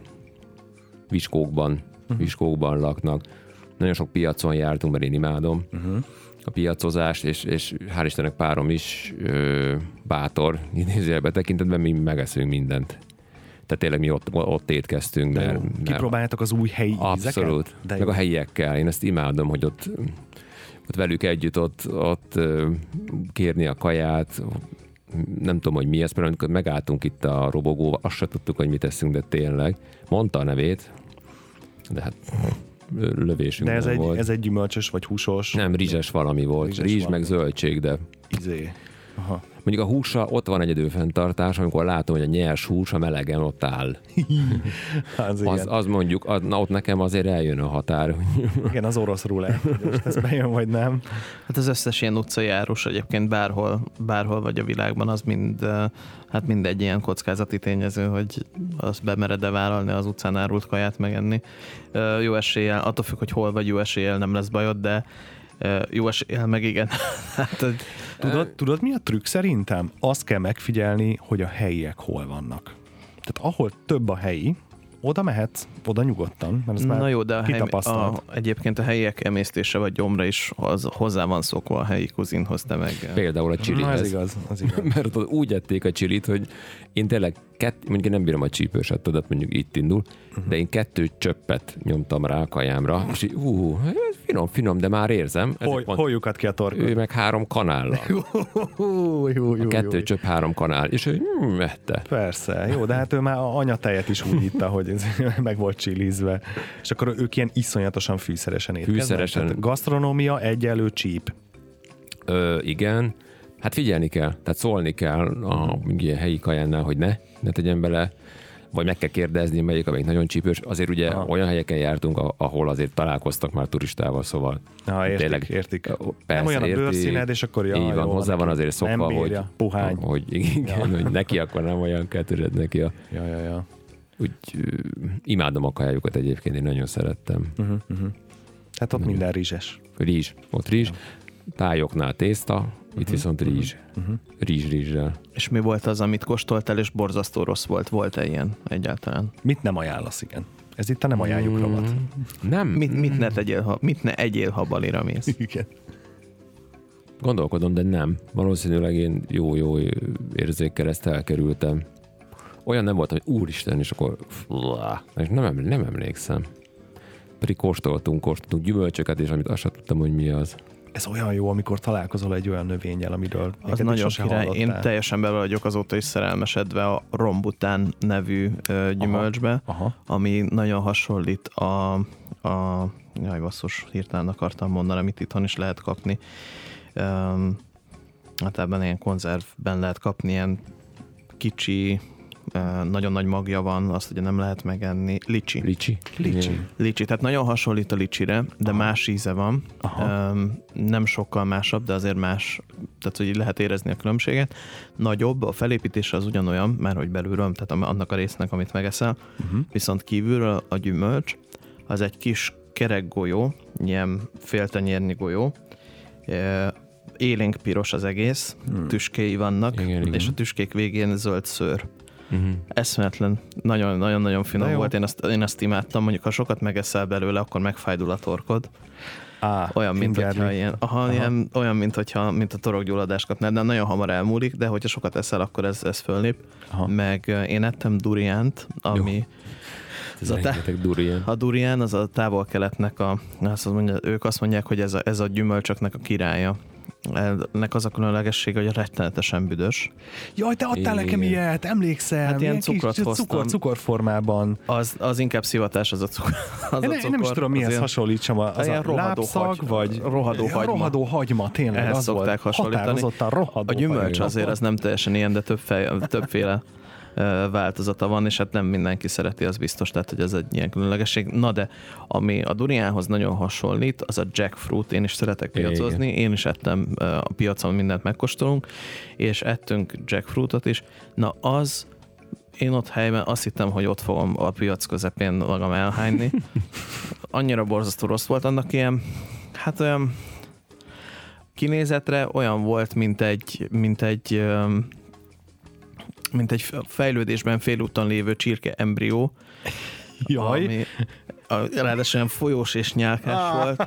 viskókban laknak. Nagyon sok piacon jártunk, mert én imádom a piacozást, és hál' Istennek párom is bátor, idézőjelben tekintetben mi megeszünk mindent. Tehát tényleg mi ott étkeztünk. Mert kipróbáljátok az új helyi ízeket? Abszolút. Meg a helyiekkel. Én ezt imádom, hogy ott velük együtt ott kérni a kaját. Nem tudom, hogy mi ez, mert amikor megálltunk itt a robogóval, azt se tudtuk, hogy mit teszünk, de tényleg. Mondta a nevét, de hát lövésünk de nem volt. Ez egy gyümölcsös vagy húsos? Nem, rizses valami volt. Rizs meg zöldség, de... Aha. Mondjuk a húsa, ott van egy időfenntartás, amikor látom, hogy a nyers hús a melegen ott áll. az mondjuk, ott nekem azért eljön a határ. Igen, az orosz rulett. Most ez bejön, vagy nem? Hát az összes ilyen utcajárós egyébként bárhol vagy a világban, az mind egy ilyen kockázati tényező, hogy azt bemered-e vállalni, az utcán árult kaját megenni. Jó eséllyel, attól függ, hogy hol vagy, jó eséllyel nem lesz bajod, de jó eséllyel meg igen. Hát, tudod, mi a trükk szerintem? Azt kell megfigyelni, hogy a helyiek hol vannak. Tehát ahol több a helyi, oda mehetsz, oda nyugodtan, mert ez már jó, de kitapasztalt. Egyébként a helyiek emésztése vagy gyomra is hozzá van szokva a helyi kuzinhoz, te meg... Például a csilihez. Ez igaz. Mert úgy ették a csilit, hogy én tényleg mondjuk én nem bírom a csípőset, tudod, mondjuk itt indul, de én 2 csöppet nyomtam rá a kajámra, és így, finom, de már érzem. Holjukat ki a torkot. Ő meg 3 kanállal. Jó. 2 csöpp, 3 kanál, és ő ette. Persze, jó, de hát ő már anyatejet is úgy itta, hogy ez meg volt csilizve. És akkor ők ilyen iszonyatosan fűszeresen étkeznek. Fűszeresen. Gasztronómia egyenlő csíp. Igen. Hát figyelni kell, tehát szólni kell a ilyen helyi kajánál, hogy ne tegyen bele, vagy meg kell kérdezni, melyik, amelyik nagyon csípős. Azért ugye olyan helyeken jártunk, ahol azért találkoztak már turistával, szóval. Értik. Persze, nem olyan a bőrszíned, és akkor így van, hozzá van azért szokva, hogy igen, hogy neki akkor nem olyan kell töröd neki a... Ja. Úgy imádom a kajájukat egyébként, én nagyon szerettem. Hát ott minden rizses. Ott rizs. Tájoknál tészta, itt viszont rizs. Rizssel. És mi volt az, amit kóstoltál, és borzasztó rossz volt? Volt-e ilyen egyáltalán? Mit nem ajánlasz, igen? Ez itt a nem ajánljuk rovat. Nem. Mit ne egyél, ha balira mész? Igen. Gondolkodom, de nem. Valószínűleg én jó érzékkel ezt elkerültem. Olyan nem volt, hogy úristen, és akkor nem emlékszem. Pedig kóstoltunk gyümölcsöket, és amit azt sem tudtam, hogy mi az. Ez olyan jó, amikor találkozol egy olyan növényel, amiről az nagyon király. Én teljesen bele vagyok azóta is szerelmesedve a rombután nevű gyümölcsbe, ami nagyon hasonlít jaj, basszus, hirtelen akartam mondani, amit itthon is lehet kapni. Hát ebben ilyen konzervben lehet kapni, ilyen kicsi, nagyon nagy magja van, azt ugye nem lehet megenni. Licsi. Tehát nagyon hasonlít a licsire, de más íze van. Nem sokkal másabb, de azért más, tehát hogy lehet érezni a különbséget. Nagyobb, a felépítése az ugyanolyan, már hogy belülről, tehát annak a résznek, amit megeszel, viszont kívülről a gyümölcs, az egy kis kerek golyó, ilyen féltenyérnyi golyó, élénk piros az egész, tüskéi vannak, igen. És a tüskék végén zöld szőr. Eszméletlen, nagyon-nagyon finom volt, én azt imádtam, mondjuk ha sokat megeszel belőle, akkor megfájdul a torkod. Olyan, mint a torokgyulladást kapnál, de nagyon hamar elmúlik, de hogyha sokat eszel, akkor ez fölnép. Meg én ettem duriánt, ami... A durián az a távol-keletnek ők azt mondják, hogy ez a gyümölcsöknek a királya. Ennek az a különlegessége, hogy rettenetesen büdös. Jaj, te adtál nekem ilyet, emlékszem. Hát ilyen cukrot hoztam. Cukorformában. Az inkább szivatás, az a cukor. Én nem is tudom, mihez hasonlítsam. Az a lábszag, vagy rohadó hagyma. Tényleg, ehhez szokták hasonlítani. A gyümölcs azért az nem teljesen ilyen, de többféle változata van, és hát nem mindenki szereti, az biztos, tehát hogy ez egy ilyen különlegesség. Na de, ami a duriánhoz nagyon hasonlít, az a jackfruit, én is szeretek piacozni, én is ettem a piacon, mindent megkóstolunk, és ettünk jackfruitot is. Na én ott helyben azt hittem, hogy ott fogom a piac közepén magam elhányni. Annyira borzasztó rossz volt, annak ilyen, hát olyan kinézetre olyan volt, mint egy fejlődésben félúton lévő csirke embrió, ami ráadásul olyan folyós és nyálkás volt,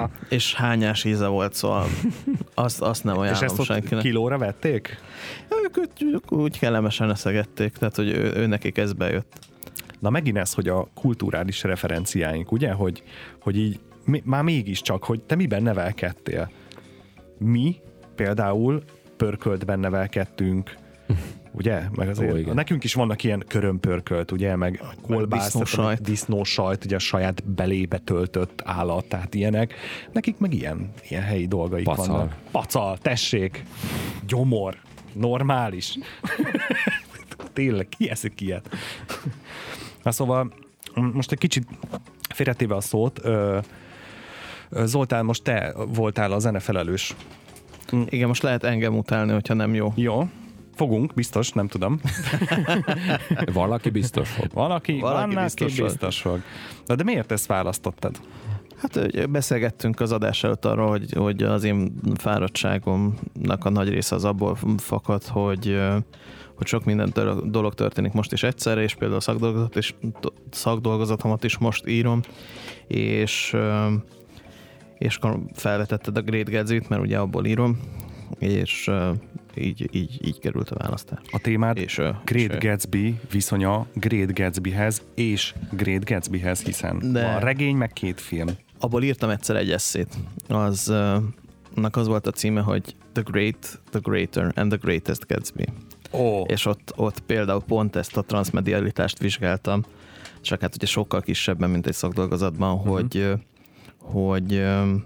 és hányás íze volt, szóval azt nem ajánlom senkinek. És ezt ott kilóra vették? ők úgy kellemesen eszegették, tehát hogy ő nekik ez bejött. Na megint ez, hogy a kulturális referenciáink, ugye, hogy így már mégiscsak, hogy te miben nevelkedtél. Mi például pörköltben nevelkedtünk, ugye? Meg azért, nekünk is vannak ilyen körömpörkölt, ugye? Meg kolbász, disznósajt, ugye a saját belébe töltött állat, tehát ilyenek. Nekik meg ilyen helyi dolgaik vannak. Pacal, tessék, gyomor, normális. Tényleg, ki eszik ilyet? Na szóval, most egy kicsit félretéve a szót, Zoltán, most te voltál a zenefelelős. Igen, most lehet engem utálni, hogyha nem jó. Jó. Fogunk, biztos, nem tudom. Valaki biztos fog. Valaki biztos fog. De miért ezt választottad? Hát beszélgettünk az adás előtt arról, hogy az én fáradtságomnak a nagy része az abból fakad, hogy sok minden dolog történik most is egyszerre, és például a szakdolgozatomat is most írom, és akkor felvetetted a Great Gatsby-t, mert ugye abból írom, és így került a választás. A témád Great Gatsby viszonya Great Gatsbyhez és Great Gatsbyhez, hiszen van regény, meg 2 film. Abból írtam egyszer egy esszét. Annak az volt a címe, hogy The Great, The Greater and The Greatest Gatsby. Oh. És ott például pont ezt a transzmedialitást vizsgáltam, csak hát ugye sokkal kisebben, mint egy szakdolgozatban, hogy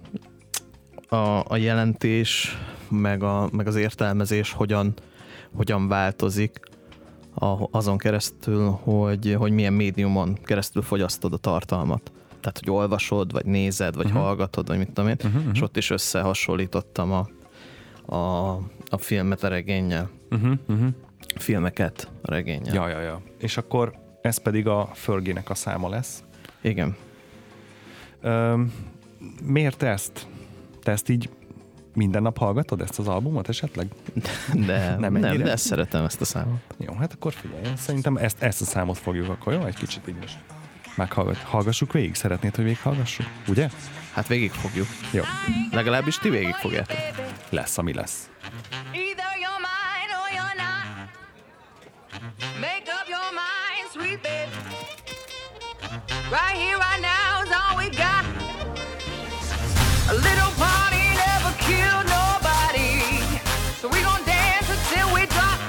a jelentés, meg az értelmezés hogyan változik azon keresztül, hogy milyen médiumon keresztül fogyasztod a tartalmat. Tehát, hogy olvasod, vagy nézed, vagy hallgatod, vagy mit tudom én, és ott is összehasonlítottam a filmet a regénnyel. Filmeket a regénnyel. Ja. És akkor ez pedig a Fergie-nek a száma lesz. Igen. Miért ezt? Te ezt így minden nap hallgatod, ezt az albumot esetleg? Nem, de szeretem ezt a számot. Jó, hát akkor figyelj, szerintem ezt a számot fogjuk akkor, jó? Egy kicsit így most meghallgassuk végig. Szeretnéd, hogy végighallgassuk? Ugye? Hát végig fogjuk. Jó. Legalábbis ti végig fogjátok. Lesz, ami lesz. Make up your mind, sweet baby. Right here, right now is all we got. A little party never killed nobody, so we gon' dance until we drop.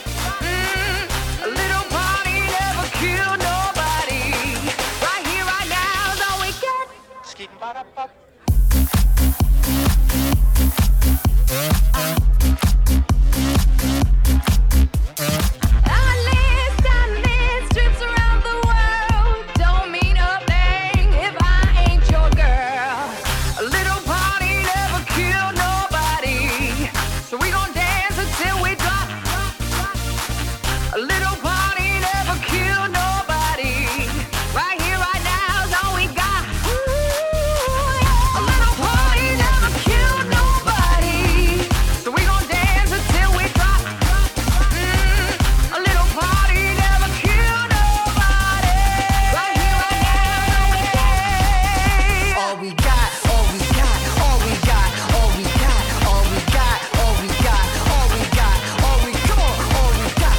A little party never killed nobody. Right here, right now is all we got. Trips around the world don't mean a thing if I ain't your girl. A little party never killed nobody, so we gon' dance until we drop. A little party never killed nobody. Right here, right now is all we got. A little party never killed nobody, so we gon' dance until we drop. A little party never killed nobody. Right here, right now, all we got, all we got, all we got, all we got, all we got, all we got, all we got, all we come on, all we got.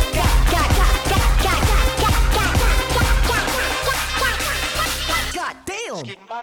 God damn.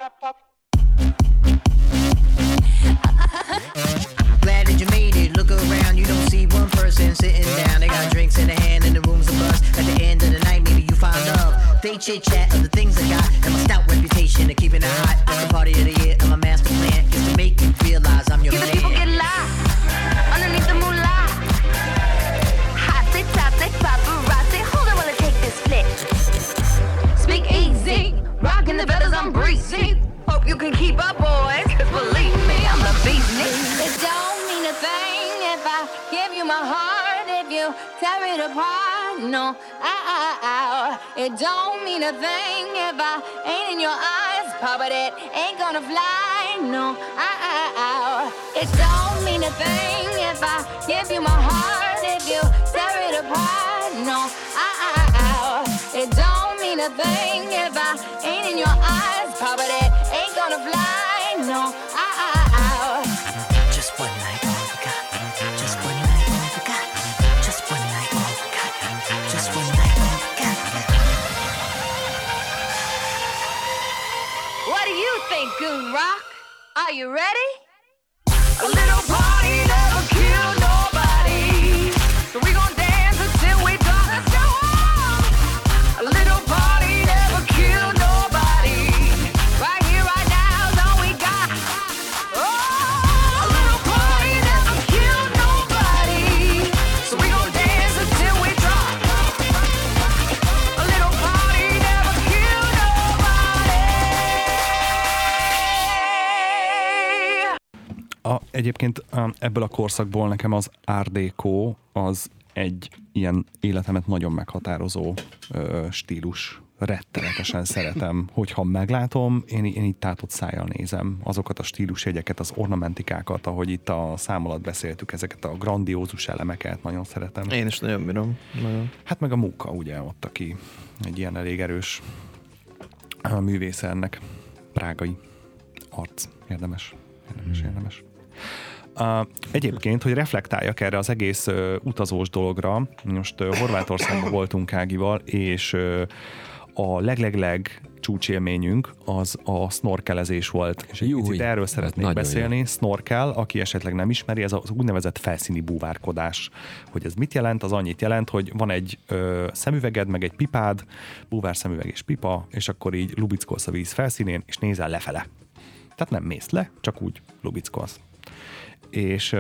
Glad that you made it. Look around, you don't see one person sitting down. They got drinks in their hand and the room's a buzz. At the end of the night, maybe you find love. They chit chat of the things I got and my stout reputation of keeping it hot. It's the party of the year and my master plan is to make you realize I'm your man. Give the people get live underneath the moonlight. Hot, they top, they paparazzi. Hold on while I take this flick. Speak easy, rocking the feathers, I'm breezy. Hope you can keep up, boys, 'cause believe me, I'm the beast. It don't mean a thing if I give you my heart, if you tear it apart. No, it don't mean a thing if I ain't in your eyes, but it ain't gonna fly. No, it don't mean a thing if I give you my heart, if you tear it apart. No, it don't mean a thing if I ain't in your eyes, but it ain't gonna fly. No, just one night, all we got. Just one night, all we got. Just one Are you ready? A little party never killed nobody. So we gon' dance until we drop. Let's go on. A little party never killed nobody. Right here, right now is all we got. Oh, a little party never killed nobody. So we gon' dance until we drop. A little party never killed nobody. Egyébként ebből a korszakból nekem az Art Deco az egy ilyen életemet nagyon meghatározó stílus. Rettenetesen szeretem, hogyha meglátom, én így tátott szájjal nézem azokat a stílusjegyeket, az ornamentikákat, ahogy itt a szám alatt beszéltük, ezeket a grandiózus elemeket, nagyon szeretem. Én is nagyon bírom. Nagyon. Hát meg a Muka, ugye, ott, aki egy ilyen elég erős művésze ennek. Prágai arc. Érdemes. Egyébként, hogy reflektáljak erre az egész utazós dologra, most Horvátországban voltunk Ágival, és a leg csúcsélményünk az a snorkelezés volt. És egy picit erről szeretnék beszélni. Jó. Snorkel, aki esetleg nem ismeri, ez az úgynevezett felszíni búvárkodás. Hogy ez mit jelent? Az annyit jelent, hogy van egy szemüveged, meg egy pipád, búvár szemüveg és pipa, és akkor így lubickolsz a víz felszínén, és nézel lefele. Tehát nem mész le, csak úgy lubickolsz. És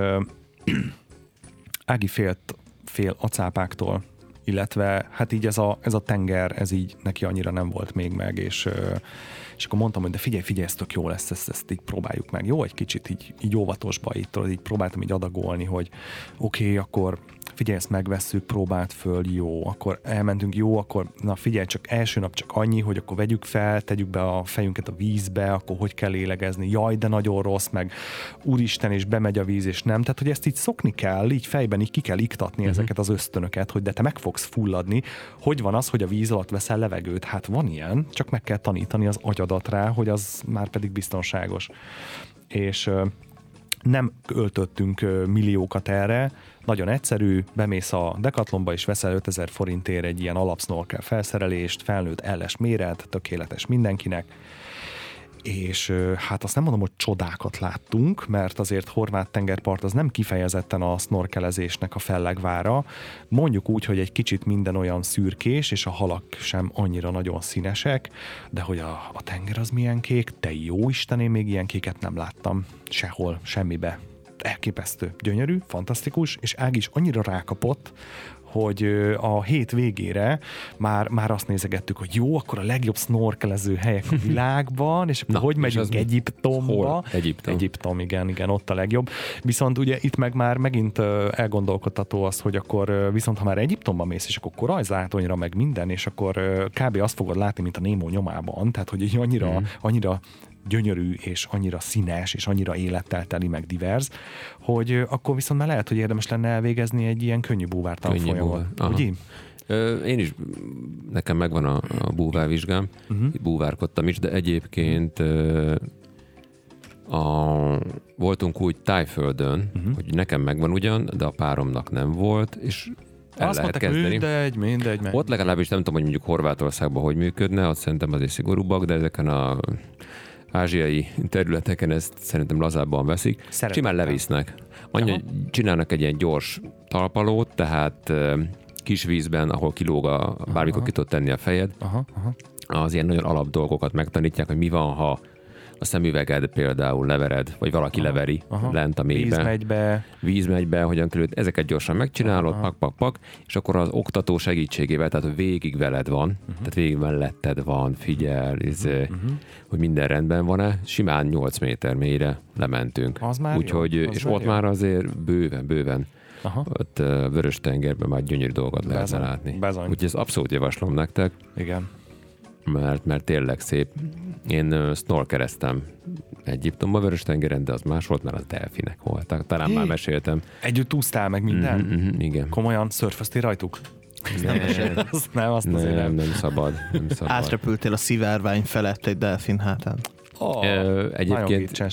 Ági fél a cápáktól, illetve hát így ez a tenger, ez így neki annyira nem volt még meg, és akkor mondtam, hogy de figyelj, ez tök jó lesz, ezt így próbáljuk meg. Jó, egy kicsit így óvatosba, így próbáltam így adagolni, hogy oké, akkor figyelj, ezt megvesszük, próbáld föl, jó, akkor elmentünk, jó, akkor na figyelj, csak első nap csak annyi, hogy akkor vegyük fel, tegyük be a fejünket a vízbe, akkor hogy kell lélegezni, jaj, de nagyon rossz, meg úristen, és bemegy a víz, és nem. Tehát, hogy ezt így szokni kell, így fejben így ki kell iktatni ezeket az ösztönöket, hogy de te meg fogsz fulladni. Hogy van az, hogy a víz alatt veszel levegőt? Hát van ilyen, csak meg kell tanítani az agyadat rá, hogy az már pedig biztonságos. És nem költöttünk milliókat erre, nagyon egyszerű, bemész a Decathlonba és veszel 5000 forintért egy ilyen alapsnorkel felszerelést, felnőtt elles méret, tökéletes mindenkinek, és hát azt nem mondom, hogy csodákat láttunk, mert azért horvát tengerpart az nem kifejezetten a snorkelezésnek a fellegvára. Mondjuk úgy, hogy egy kicsit minden olyan szürkés, és a halak sem annyira nagyon színesek, de hogy a tenger az milyen kék, te jó Isten, én még ilyen kéket nem láttam sehol, semmibe. Elképesztő, gyönyörű, fantasztikus, és Ági is annyira rákapott, hogy a hét végére már azt nézegettük, hogy jó, akkor a legjobb snorkelező helyek a világban, és akkor hogy megyünk Egyiptomba? Egyiptom, igen, ott a legjobb. Viszont ugye itt meg már megint elgondolkodtató az, hogy akkor viszont ha már Egyiptomba mész, és akkor korajzátonyra meg minden, és akkor kb. Azt fogod látni, mint a Nemo nyomában, tehát hogy így annyira gyönyörű, és annyira színes, és annyira élettel teli, meg divers, hogy akkor viszont már lehet, hogy érdemes lenne elvégezni egy ilyen könnyű búvártanfolyamot. Ugye? Én is, nekem megvan a búvárvizsgám, búvárkodtam is, de egyébként voltunk úgy Tájföldön, hogy nekem megvan ugyan, de a páromnak nem volt, és el lehet kezdeni. Mindegy. Ott legalábbis nem tudom, hogy mondjuk Horvátországban hogy működne, ott szerintem azért szigorúbbak, de ezeken a ázsiai területeken ezt szerintem lazábban veszik. Simán levisznek. Annyi, hogy csinálnak egy ilyen gyors talpalót, tehát kis vízben, ahol kilóg bármikor ki tudod tenni a fejed. Az ilyen nagyon alap dolgokat megtanítják, hogy mi van, ha a szemüveged például levered, vagy valaki leveri lent a mélybe. Víz megy be, hogyan kerül. Ezeket gyorsan megcsinálod, pak, és akkor az oktató segítségével, tehát végig veled van, tehát végig melletted van, figyel, hogy minden rendben van-e. Simán 8 méter mélyre lementünk. Úgyhogy, és ott már azért bőven. Ott Vörös-tengerben már gyönyörű dolgot lehetne látni. Úgyhogy ezt abszolút javaslom nektek. Igen. Mert tényleg szép. Én snorkeleztem Egyiptomba, Vörös-tengeren, de az más volt, mert a delfinek voltak. Talán már meséltem. Együtt úsztál meg minden? Igen. Komolyan szörföztél rajtuk? Nem szabad. Átrepültél a szivárvány felett egy delfin hátán. Egyébként...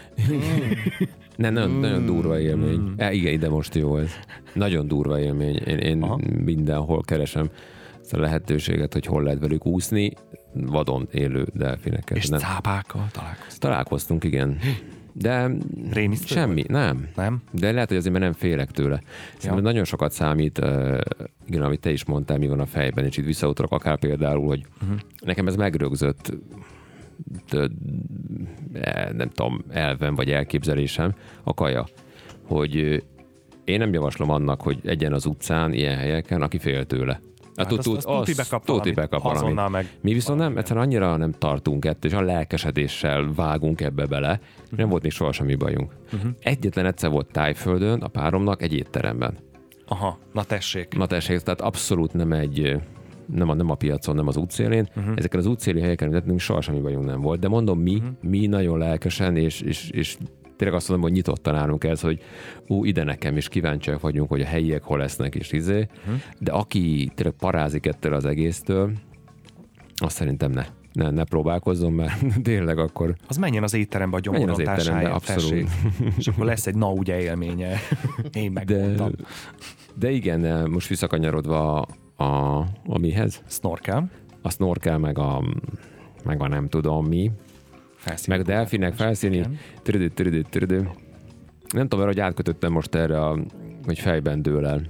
Nagyon durva élmény. Igen, ide most jó ez. Nagyon durva élmény. Én mindenhol keresem ezt a lehetőséget, hogy hol lehet velük úszni, vadon élő delfineket. És cápákkal találkoztunk, igen. De Rémisztő semmi, volt? nem. Nem? De lehet, hogy azért, mert nem félek tőle. Szerintem nagyon sokat számít, igen, amit te is mondtál, mi van a fejben, és itt visszautalok akár például, hogy nekem ez megrögzött nem tudom, elvem vagy elképzelésem, a kaja, hogy én nem javaslom annak, hogy egyen az utcán, ilyen helyeken, aki fél tőle. Tuti bekap valamit. meg. Mi viszont nem, egyszerűen annyira nem tartunk ettől, és a lelkesedéssel vágunk ebbe bele, és nem volt még soha semmi bajunk. Egyetlen egyszer volt Tájföldön a páromnak egy étteremben. Aha, na tessék. Tehát abszolút nem a piacon, nem az útszélén. Ezeken az útszéli helyeken nekünk soha semmi bajunk nem volt, de mondom, mi nagyon lelkesen, és tényleg azt mondom, hogy nyitottan állunk ez, hogy ide nekem is kíváncsiak vagyunk, hogy a helyiek hol lesznek is de aki tényleg parázik ettől az egésztől, azt szerintem ne próbálkozzon, mert tényleg akkor... Az menjen az étterembe a gyomorrontásáért, abszolút. És akkor lesz egy ugye élménye. Én megmondtam. De igen, most visszakanyarodva a mihez? Snorkel. A snorkel, meg a nem tudom mi. Felszíni meg a delfinek felszíni. Trüdő. Nem tudom, hogy átkötöttem most erre, hogy fejben dől el.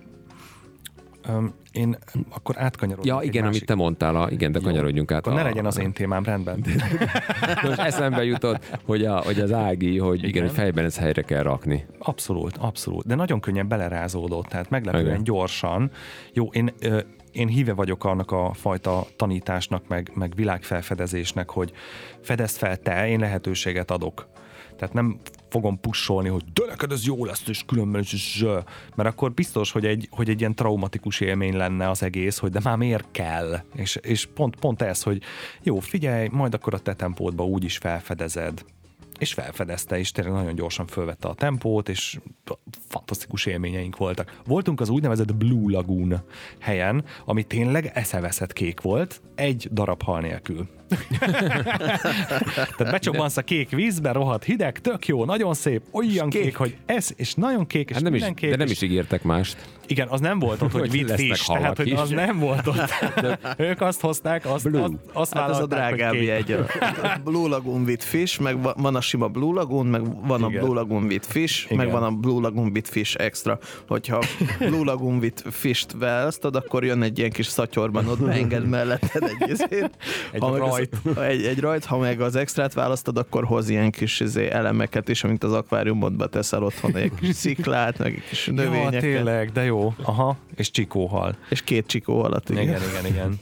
Én akkor átkanyarodok. Ja, igen, amit te mondtál, igen, de kanyarodjunk át. Akkor ne legyen az én témám, rendben. Most eszembe jutott, hogy az Ági, hogy igen, hogy fejben ez helyre kell rakni. Abszolút. De nagyon könnyen belerázódott, tehát meglepően gyorsan. Jó, én híve vagyok annak a fajta tanításnak, meg világfelfedezésnek, hogy fedezd fel te, én lehetőséget adok. Tehát nem fogom pusholni, hogy de neked ez jó lesz, és különben is, mert akkor biztos, hogy egy ilyen traumatikus élmény lenne az egész, hogy de már miért kell? És pont ez, hogy jó, figyelj, majd akkor a te tempódba úgy is felfedezed. És felfedezte, és tényleg nagyon gyorsan fölvette a tempót, és fantasztikus élményeink voltak. Voltunk az úgynevezett Blue Lagoon helyen, ami tényleg eszeveszett kék volt, egy darab hal nélkül. Tehát becsobbansz a kék vízbe, rohadt hideg, tök jó, nagyon szép, olyan kék, hogy ez, és nagyon kék, és minden kék. De nem is ígértek mást. Igen, az nem volt ott, hogy with fish, tehát hogy az nem volt ott. Ők azt hozták, azt hát az a drágábbi egy a Blue Lagoon with fish, meg van a sima Blue Lagoon, meg van a Blue Lagoon with fish, meg van a Blue Lagoon with fish extra. Hogyha Blue Lagoon with fish-t választod, akkor jön egy ilyen kis szatyorban, ott beenged melletted egy rajt, ha meg az extrát választod, akkor hoz ilyen kis elemeket is, amint az akváriumodba teszel otthon, egy kis sziklát, meg egy kis növényeket. Ja, tényleg, de jó. Aha, és csikóhal. És 2 csikóhalat. Igen.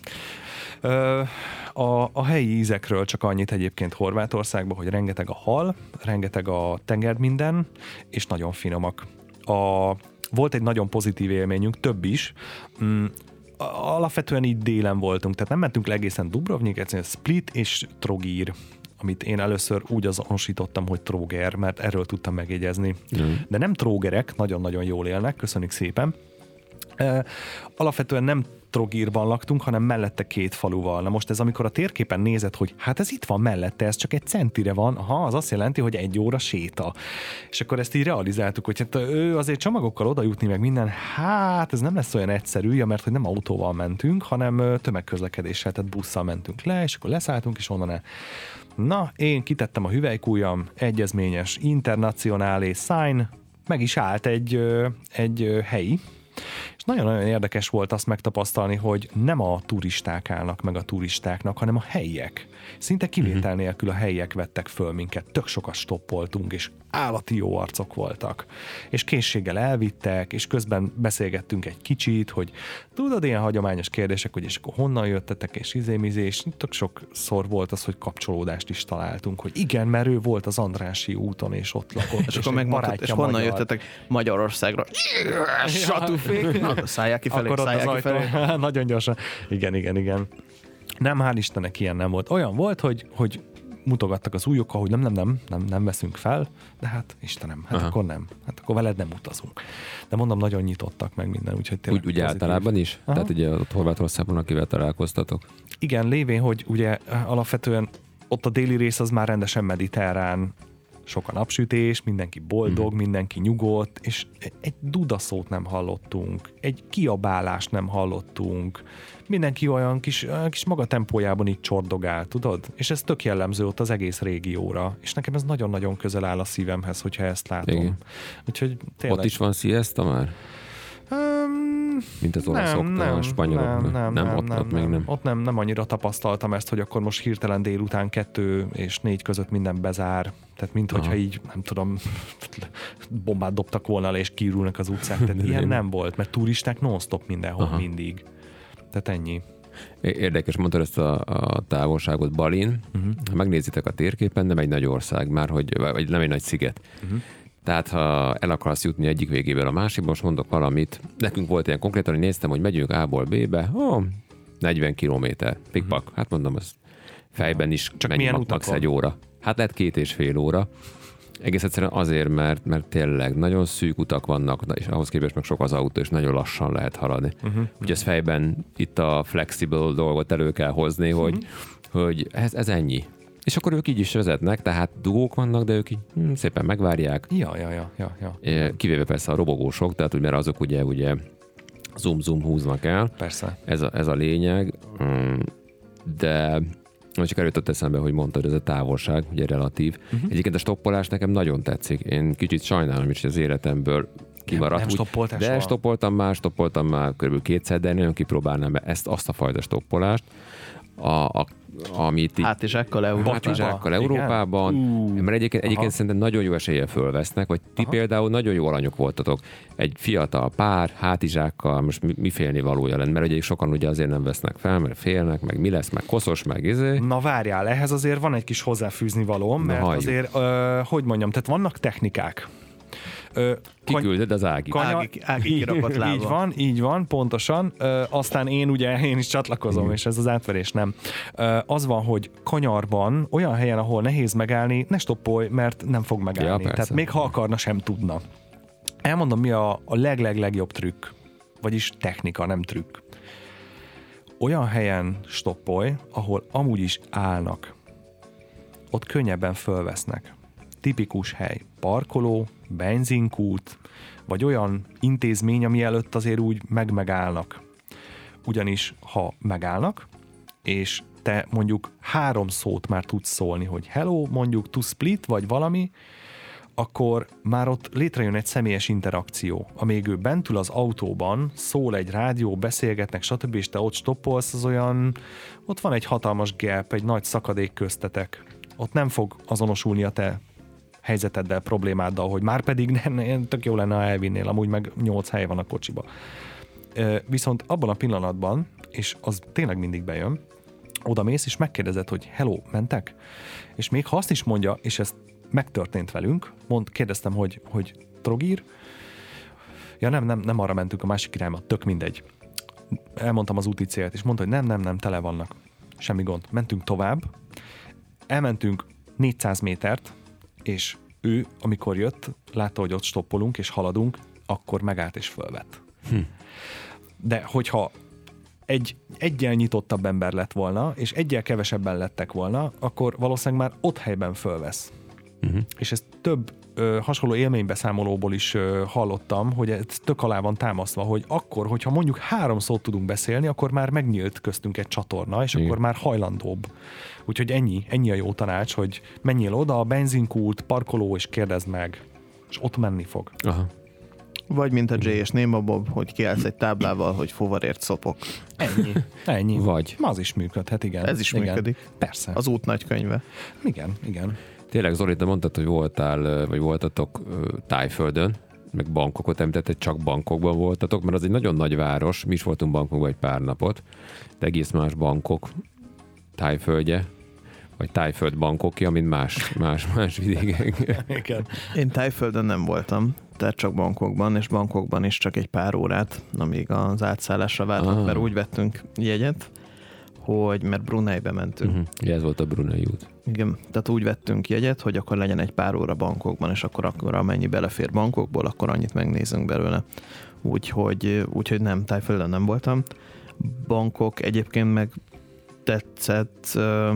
A helyi ízekről csak annyit egyébként Horvátországban, hogy rengeteg a hal, rengeteg a tenger minden, és nagyon finomak. Volt egy nagyon pozitív élményünk, több is. Alapvetően így délen voltunk, tehát nem mentünk le egészen Dubrovnik, egyszerűen Split és Trogir, amit én először úgy azonosítottam, hogy Tróger, mert erről tudtam megjegyezni. De nem trógerek, nagyon-nagyon jól élnek, köszönjük szépen. Alapvetően nem Trogirban laktunk, hanem mellette 2 faluval. Na most ez, amikor a térképen nézed, hogy hát ez itt van mellette, ez csak 1 centire van, az azt jelenti, hogy 1 óra séta. És akkor ezt így realizáltuk, hogy hát ő azért csomagokkal oda jutni meg minden, hát ez nem lesz olyan egyszerű, mert hogy nem autóval mentünk, hanem tömegközlekedéssel, tehát busszal mentünk le, és akkor leszálltunk, és onnan el. Na, én kitettem a hüvelykújam, egyezményes, internacionálé sign, meg is állt egy helyi, és nagyon-nagyon érdekes volt azt megtapasztalni, hogy nem a turisták állnak meg a turistáknak, hanem a helyiek. Szinte kivétel nélkül a helyiek vettek föl minket, tök sokat stoppoltunk, és állati jó arcok voltak. És készséggel elvittek, és közben beszélgettünk egy kicsit, hogy tudod, ilyen hagyományos kérdések, hogy és akkor honnan jöttetek, és és tök sokszor volt az, hogy kapcsolódást is találtunk, hogy igen, mert ő volt az Andrássy úton, és ott lakott, és akkor megmondtad, és honnan jöttetek? Magyarországra. Satufék. Szállják ki felé. Nagyon gyorsan. Igen. Nem, hál' Istennek ilyen nem volt. Olyan volt, hogy mutogattak az ujjukkal, hogy nem veszünk fel, de hát Istenem, akkor nem. Hát akkor veled nem utazunk. De mondom, nagyon nyitottak meg minden, úgyhogy tényleg úgy általában is? Aha. Tehát ugye ott Horvátországban, akivel találkoztatok? Igen, lévén, hogy ugye alapvetően ott a déli rész az már rendesen mediterrán sok a napsütés, mindenki boldog, mindenki nyugodt, és egy dudaszót nem hallottunk, egy kiabálást nem hallottunk, mindenki olyan kis maga tempójában így csordogál, tudod? És ez tök jellemző ott az egész régióra, és nekem ez nagyon-nagyon közel áll a szívemhez, hogyha ezt látom. Igen. Úgyhogy tényleg... Ott is van siesta már? Mint az olaszoknál, a spanyoloknál? Nem. Ott nem annyira tapasztaltam ezt, hogy akkor most hirtelen délután 2 és 4 között minden bezár. Tehát minthogyha így, nem tudom, bombát dobtak volna le, és kiürülnek az utcák. Tehát ilyen nem volt, mert turisták non-stop mindenhol mindig. Tehát ennyi. Érdekes, mondtad ezt a távolságot, Balin. Ha megnézitek a térképen, nem egy nagy ország már, vagy nem egy nagy sziget. Tehát, ha el akarsz jutni egyik végéből a másikba, most mondok valamit. Nekünk volt ilyen konkrétan, hogy néztem, hogy megyünk A-ból B-be, 40 kilométer, pikpak. Hát mondom, az fejben is Csak mennyi milyen max utakon? 1 óra. Hát lehet 2,5 óra. Egész egyszerűen azért, mert tényleg nagyon szűk utak vannak, és ahhoz képest meg sok az autó, és nagyon lassan lehet haladni. Úgyhogy ez fejben itt a flexible dolgot elő kell hozni, hogy ez ennyi. És akkor ők így is vezetnek, tehát dugók vannak, de ők így szépen megvárják. Ja. Kivéve persze a robogósok, tehát mert azok ugye zoom húznak el. Persze. Ez a lényeg. De csak előtt eszembe, hogy mondtad, ez a távolság, ugye relatív. Egyébként a stoppolás nekem nagyon tetszik. Én kicsit sajnálom is, hogy az életemből kimaradt. Nem stoppoltál de soha? Stoppoltam már kb. 2-szer, de nagyon kipróbálnám azt a fajta stoppolást, amit itt Hátizsákkal Európában, mert egyébként szerintem nagyon jó eséllyel fölvesznek, vagy ti például nagyon jó alanyok voltatok. Egy fiatal pár, hátizsákkal, most mi félni valója lenne, mert ugye sokan ugye azért nem vesznek fel, mert félnek, meg mi lesz, meg koszos, meg izé. Na várjál, ehhez azért van egy kis hozzáfűzni valóm, mert azért, hogy mondjam, tehát vannak technikák. Kiküldöd az Ági. Ági kirakott lába. Így van, pontosan. Aztán én is csatlakozom, és ez az átverés nem. Az van, hogy kanyarban, olyan helyen, ahol nehéz megállni, ne stoppolj, mert nem fog megállni. Tehát még ha akarna, sem tudna. Elmondom, mi a legjobb trükk. Vagyis technika, nem trükk. Olyan helyen stoppolj, ahol amúgy is állnak. Ott könnyebben fölvesznek. Tipikus hely. Parkoló, benzinkút, vagy olyan intézmény, ami előtt azért úgy megállnak. Ugyanis, ha megállnak, és te mondjuk 3 szót már tudsz szólni, hogy hello, mondjuk to split, vagy valami, akkor már ott létrejön egy személyes interakció. Amíg ő bent ül az autóban, szól egy rádió, beszélgetnek, stb., és te ott stoppolsz, az olyan, ott van egy hatalmas gap, egy nagy szakadék köztetek. Ott nem fog azonosulni a te helyzeteddel, problémáddal, hogy már pedig tök jó lenne, ha elvinnél, amúgy meg 8 hely van a kocsiba. Viszont abban a pillanatban, és az tényleg mindig bejön, oda mész, és megkérdezed, hogy hello, mentek? És még ha azt is mondja, és ez megtörtént velünk, kérdeztem, hogy drogír? Ja nem arra mentünk, a másik irányba, tök mindegy. Elmondtam az úti célt, és mondta, hogy nem, tele vannak. Semmi gond. Mentünk tovább, elmentünk 400 métert, és ő, amikor jött, látta, hogy ott stoppolunk, és haladunk, akkor megállt és fölvett. De hogyha egyel nyitottabb ember lett volna, és egyel kevesebben lettek volna, akkor valószínűleg már ott helyben fölvesz. És ezt több hasonló élménybeszámolóból is hallottam, hogy ez tök alá van támasztva, hogy akkor, hogyha mondjuk 3 szót tudunk beszélni, akkor már megnyílt köztünk egy csatorna, és akkor már hajlandóbb. Úgyhogy ennyi a jó tanács, hogy menjél oda a benzinkút, parkoló, és kérdezd meg, és ott menni fog. Aha. Vagy mint a Jay és Néma Bob, hogy kiállsz egy táblával, hogy fuvarért szopok. Ennyi. Vagy. Az is működhet, igen. Ez is működik. Persze. Az út nagykönyve. Igen. Tényleg, Zoli, te mondtad, hogy voltatok Tájföldön, meg Bangkokot említetted, csak Bangkokban voltatok, mert az egy nagyon nagy város, mi is voltunk Bangkokban egy pár napot, de egész más Bangkok Tájföldje, vagy Tájföld Bangkokja, mint más vidékek. Igen. Én Tájföldön nem voltam, tehát csak Bangkokban, és Bangkokban is csak egy pár órát, amíg az átszállásra vártunk, mert úgy vettünk jegyet, hogy mert Bruneibe mentünk. Ja, ez volt a Brunei út. Igen, tehát úgy vettünk jegyet, hogy akkor legyen egy pár óra Bangkokban, és akkor amennyi belefér Bangkokból, akkor annyit megnézünk belőle. Úgyhogy nem, Tájföldön nem voltam. Bangkok egyébként meg tetszett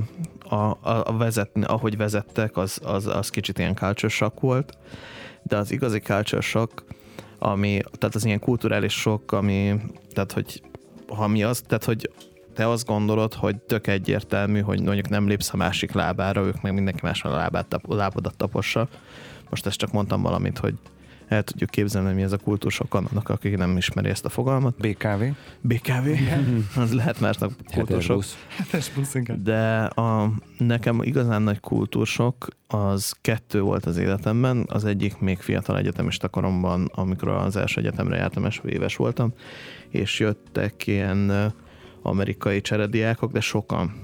ahogy vezettek, az kicsit ilyen culture shock volt, de az igazi culture shock, tehát az ilyen kulturális sok, tehát hogy te azt gondolod, hogy tök egyértelmű, hogy mondjuk nem lépsz a másik lábára, ők meg mindenki máshol a lábadat tapossa. Most ezt csak mondtam valamit, hogy el tudjuk képzelni, hogy mi ez a kultúrsok annak, akik nem ismeri ezt a fogalmat. BKV? Az lehet másnak kultúrsok. 7-es busz, igen. De nekem igazán nagy kultúrsok az 2 volt az életemben. Az egyik még fiatal egyetemista koromban, amikor az első egyetemre jártam, éves voltam, és jöttek ilyen amerikai cserediákok, de sokan.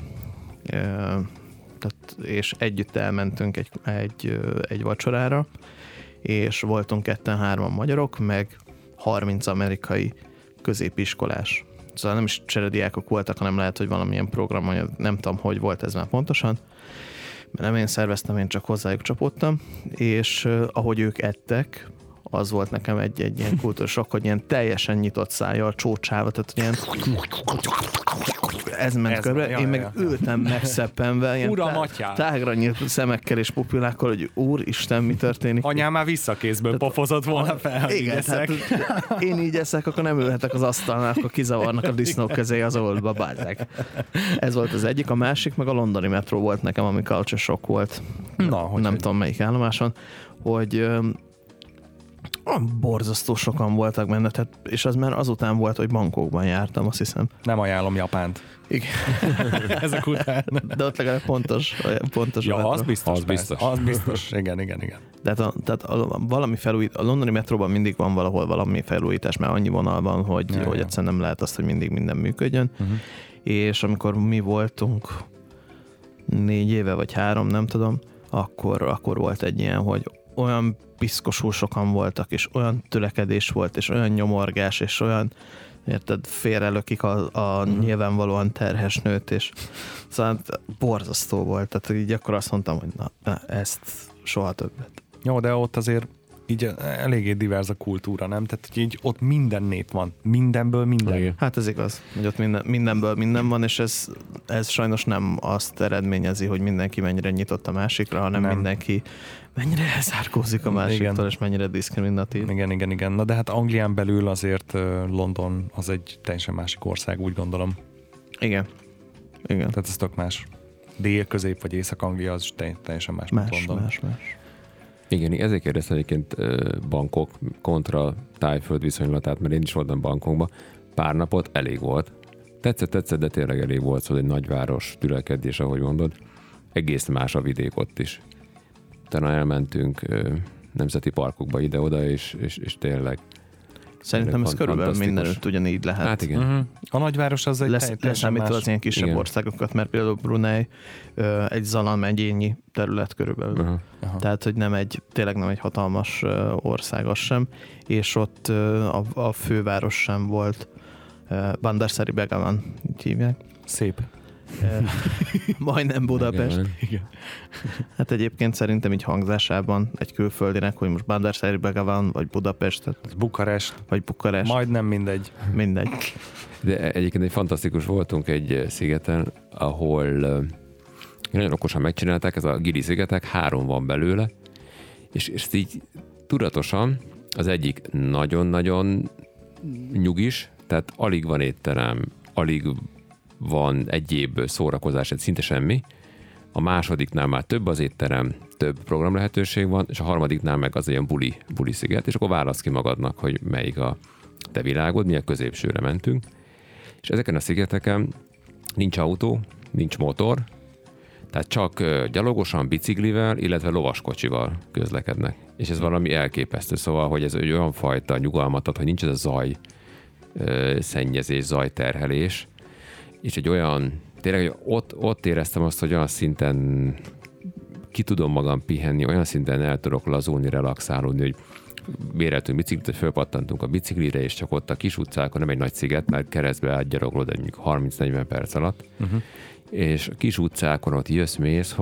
És együtt elmentünk egy vacsorára, és voltunk 2-3 magyarok, meg 30 amerikai középiskolás. Szóval nem is cserediákok voltak, hanem lehet, hogy valamilyen program, nem tudom, hogy volt ez már pontosan, mert nem én szerveztem, én csak hozzájuk csapódtam, és ahogy ők ettek, az volt nekem egy ilyen kultúrsok, hogy ilyen teljesen nyitott szájjal, csócsálva, tehát ilyen ez ment körbe, én meg ültem megszeppenve, ilyen tágra nyílt szemekkel és pupillákkal, hogy úristen, mi történik. Anyám már visszakézből pofozott volna fel, hogy igen, eszek. Én így eszek, akkor nem ülhetek az asztalnál, akkor kizavarnak a disznók közé az oldba, bázzák. Ez volt az egyik, a másik, meg a londoni metró volt nekem, ami culture shock volt. Nem tudom melyik állomáson, hogy borzasztó sokan voltak benne, tehát, és az már azután volt, hogy Bangkokban jártam, azt hiszem. Nem ajánlom Japánt. Igen. Ezek után. De ott legalább pontos. Ja, az biztos. Az biztos. Igen. Tehát valami felújít, a londoni metróban mindig van valahol valami felújítás, mert annyi vonal van, hogy egyszerűen nem lehet azt, hogy mindig minden működjön. És amikor mi voltunk 4 éve vagy 3, nem tudom, akkor volt egy ilyen, hogy olyan piszkosul sokan voltak, és olyan tölekedés volt, és olyan nyomorgás, és olyan, érted, félrelökik a nyilvánvalóan terhes nőt, és szóval borzasztó volt. Tehát így akkor azt mondtam, hogy na ezt soha többet. Jó, de ott azért így eléggé divers a kultúra, nem? Tehát hogy így ott minden nép van. Mindenből minden. Igen. Hát ez igaz, hogy ott mindenből minden van, és ez sajnos nem azt eredményezi, hogy mindenki mennyire nyitott a másikra, hanem mindenki mennyire elzárkózik a másiktól, és mennyire diszkriminatív. Igen. Na de hát Anglián belül azért London az egy teljesen másik ország, úgy gondolom. Igen. Tehát ez tök más. Dél, közép vagy Észak-Anglia az teljesen más, mint London. Más. Igen, ezért kérdeztem egyébként Bangkok kontra Tájföld viszonylatát, mert én is voltam Bangkokban. Pár napot elég volt. Tetszett, de tényleg elég volt, szóval egy nagyváros tülekedés, ahogy mondod. Egész más a vidék ott is. Utána elmentünk nemzeti parkokba ide-oda, és tényleg szerintem ez körülbelül mindenütt ugyanígy lehet. Hát igen. A nagyváros az egy leszámítva az ilyen kisebb országokat, mert például Brunei egy Zalan megyényi terület körülbelül. Tehát, hogy tényleg nem egy hatalmas ország az sem, és ott a főváros sem volt. Bandar Seri Begawan, így hívják. Szép. Majdnem Budapest. Igen. Hát egyébként szerintem így hangzásában egy külföldinek, hogy most Bandar Seri Begawan, vagy Budapest. Vagy Bukarest. Majdnem mindegy. De egyébként egy fantasztikus voltunk egy szigeten, ahol nagyon okosan megcsinálták, ez a Gili szigetek, 3 van belőle, és így tudatosan az egyik nagyon-nagyon nyugis, tehát alig van étterem, alig van egyéb szórakozás, szinte semmi. A másodiknál már több az étterem, több program lehetőség van, és a harmadiknál meg az ilyen buli sziget, és akkor válasz ki magadnak, hogy melyik a te világod, mi a középsőre mentünk. És ezeken a szigeteken nincs autó, nincs motor, tehát csak gyalogosan, biciklivel, illetve lovaskocsival közlekednek. És ez valami elképesztő, szóval, hogy ez egy olyan fajta nyugalmat ad, hogy nincs ez a zaj, szennyezés, zajterhelés, és egy olyan, tényleg hogy ott éreztem azt, hogy olyan szinten ki tudom magam pihenni, olyan szinten el tudok lazulni, relaxálódni, hogy béreltünk biciklit, hogy fölpattantunk a biciklire, és csak ott a kis utcákon, nem egy nagy sziget, mert keresztbe átgyaloglod egy 30-40 perc alatt, és a kis utcákon ott jössz-mész,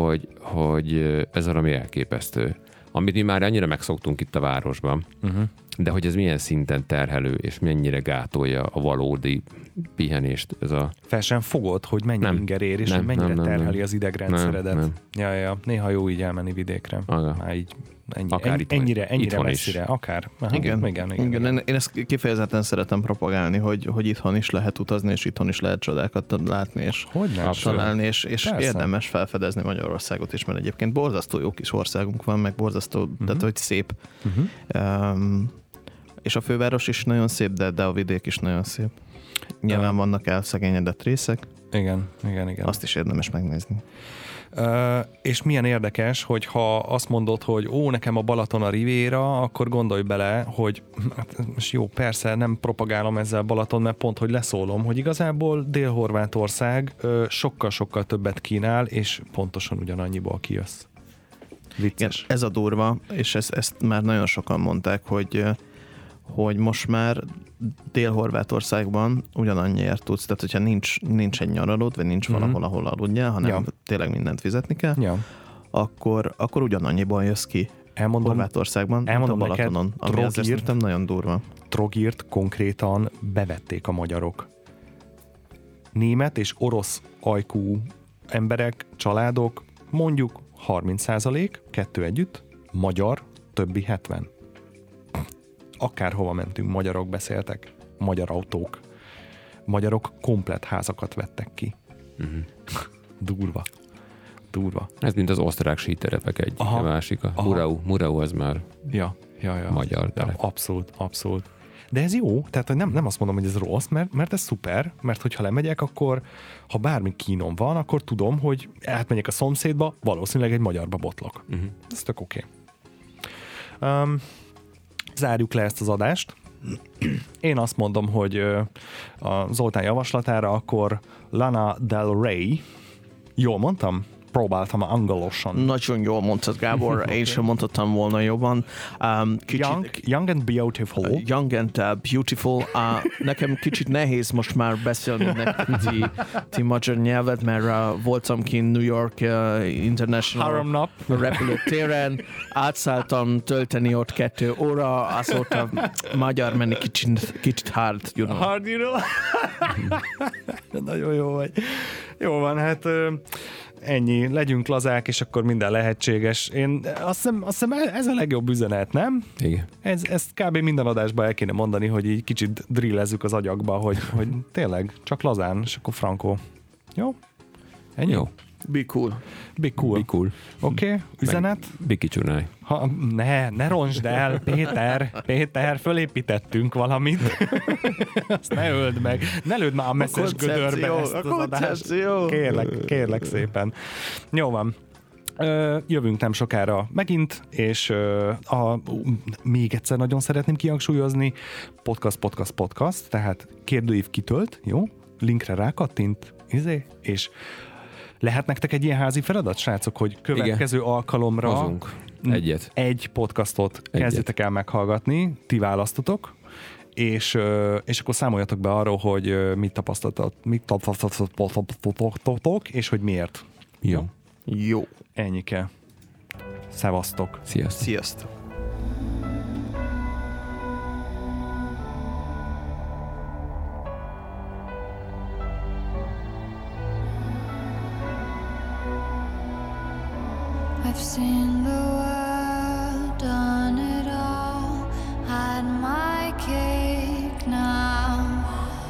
hogy ez valami elképesztő. Amit mi már annyira megszoktunk itt a városban, De hogy ez milyen szinten terhelő, és mennyire gátolja a valódi pihenést, ez a... Fel sem fogod, hogy mennyi Nem. inger ér, és Nem, hogy mennyire nem, terheli az idegrendszeredet. Nem. Ja, néha jó így elmenni vidékre. Aga. Már így Akár itthon- ennyire itthon is. messzire. Akár. Aha, Igen. igen. Én ezt kifejezetten szeretem propagálni, hogy itthon is lehet utazni, és itthon is lehet csodákat látni, és Hogyne? találni, és Persze. érdemes felfedezni Magyarországot is, mert egyébként borzasztó jó kis országunk van, meg borzasztó, tehát hogy szép. És a főváros is nagyon szép, de a vidék is nagyon szép. Nyilván vannak elszegényedett részek, Igen. azt is érdemes megnézni. És milyen érdekes, hogy ha azt mondod, hogy nekem a Balaton a Riviera, akkor gondolj bele, hogy most jó, persze nem propagálom ezzel Balaton, mert pont, hogy leszólom, hogy igazából Dél-Horvátország sokkal-sokkal többet kínál, és pontosan ugyanannyiból kijössz. Igen, Vicces. ez a durva, és ezt már nagyon sokan mondták, hogy most már Dél-Horvátországban ugyanannyiért tudsz, tehát hogyha nincs egy nyaralód, vagy nincs valahol, ahol aludjál, hanem tényleg mindent fizetni kell, Ja. akkor ugyanannyiban jössz ki Horvátországban, mint a elmondom Balatonon, neked, ami azért szerintem nagyon durva. Trogirt konkrétan bevették a magyarok. Német és orosz ajkú emberek, családok, mondjuk 30%, kettő együtt, magyar, többi 70. Akárhova mentünk, magyarok beszéltek, magyar autók. Magyarok komplett házakat vettek ki. Durva. Ez mint az osztrák síterepek egy, Aha. a másik. A Aha. Murau az már Ja. magyar Ja, telep. abszolút. De ez jó, tehát hogy nem azt mondom, hogy ez rossz, mert ez szuper, mert hogyha lemegyek, akkor ha bármi kínom van, akkor tudom, hogy átmegyek a szomszédba, valószínűleg egy magyarba botlok. Ez tök oké. Zárjuk le ezt az adást. Én azt mondom, hogy a Zoltán javaslatára akkor Lana Del Rey, jól mondtam? Próbáltam angolosan. Nagyon jól mondtad, Gábor, én sem mondhattam volna jobban. Young and Beautiful. Young and Beautiful. Nekem kicsit nehéz most már beszélni nektek ti magyar nyelvet, mert voltam kint New York International Három-nap. repülőtéren, átszálltam tölteni ott 2 óra, azóta magyar menni kicsit hard, you know. Hard, you know? Nagyon jó vagy. Jó van, hát ennyi. Legyünk lazák, és akkor minden lehetséges. Én azt hiszem ez a legjobb üzenet, nem? Igen. Ezt kb. Minden adásban el kéne mondani, hogy így kicsit drillezzük az agyakba, hogy tényleg csak lazán, és akkor frankó. Jó? Ennyi? Jó. Be cool. Be cool. Be cool. Oké, üzenet? Biki csunálj. Ne roncsd el, Péter, fölépítettünk valamit. Azt ne öld meg. Ne lőd már a messzes gödörbe ezt az adást. Kérlek szépen. Jó van. Jövünk nem sokára megint, és még egyszer nagyon szeretném kihangsúlyozni, podcast, tehát kérdőív kitölt, jó? Linkre rákattint, és lehet nektek egy ilyen házi feladat, srácok, hogy következő alkalomra Hozunk egyet. egy podcastot kezdjetek el meghallgatni, ti választotok, és akkor számoljatok be arról, hogy mit tapasztaltatok, és hogy miért. Jó. Ennyike. Szevasztok. Sziasztok. I've seen the world, done it all, had my cake now.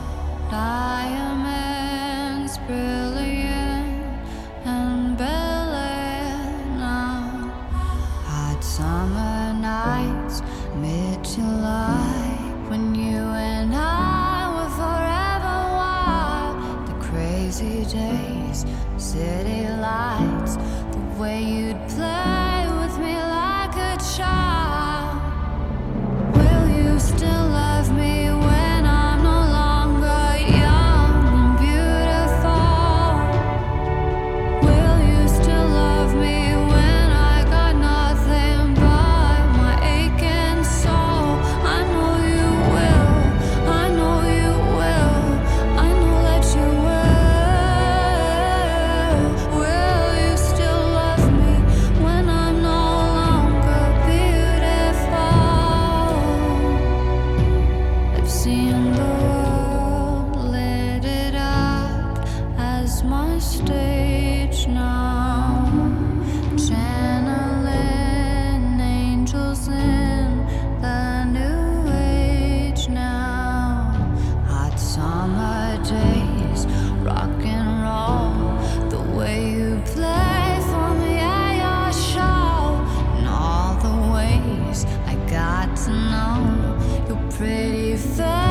Diamonds brilliant and brilliant now. Hot summer nights, mid-July, when you and I were forever wild. The crazy days, city lights, the way you'd play with me like a child. Will you still love me when I'm no longer young and beautiful? Will you still love me when I got nothing but my aching soul? I know you will, I know you will, I know that you will. Will you still love me know your pretty face.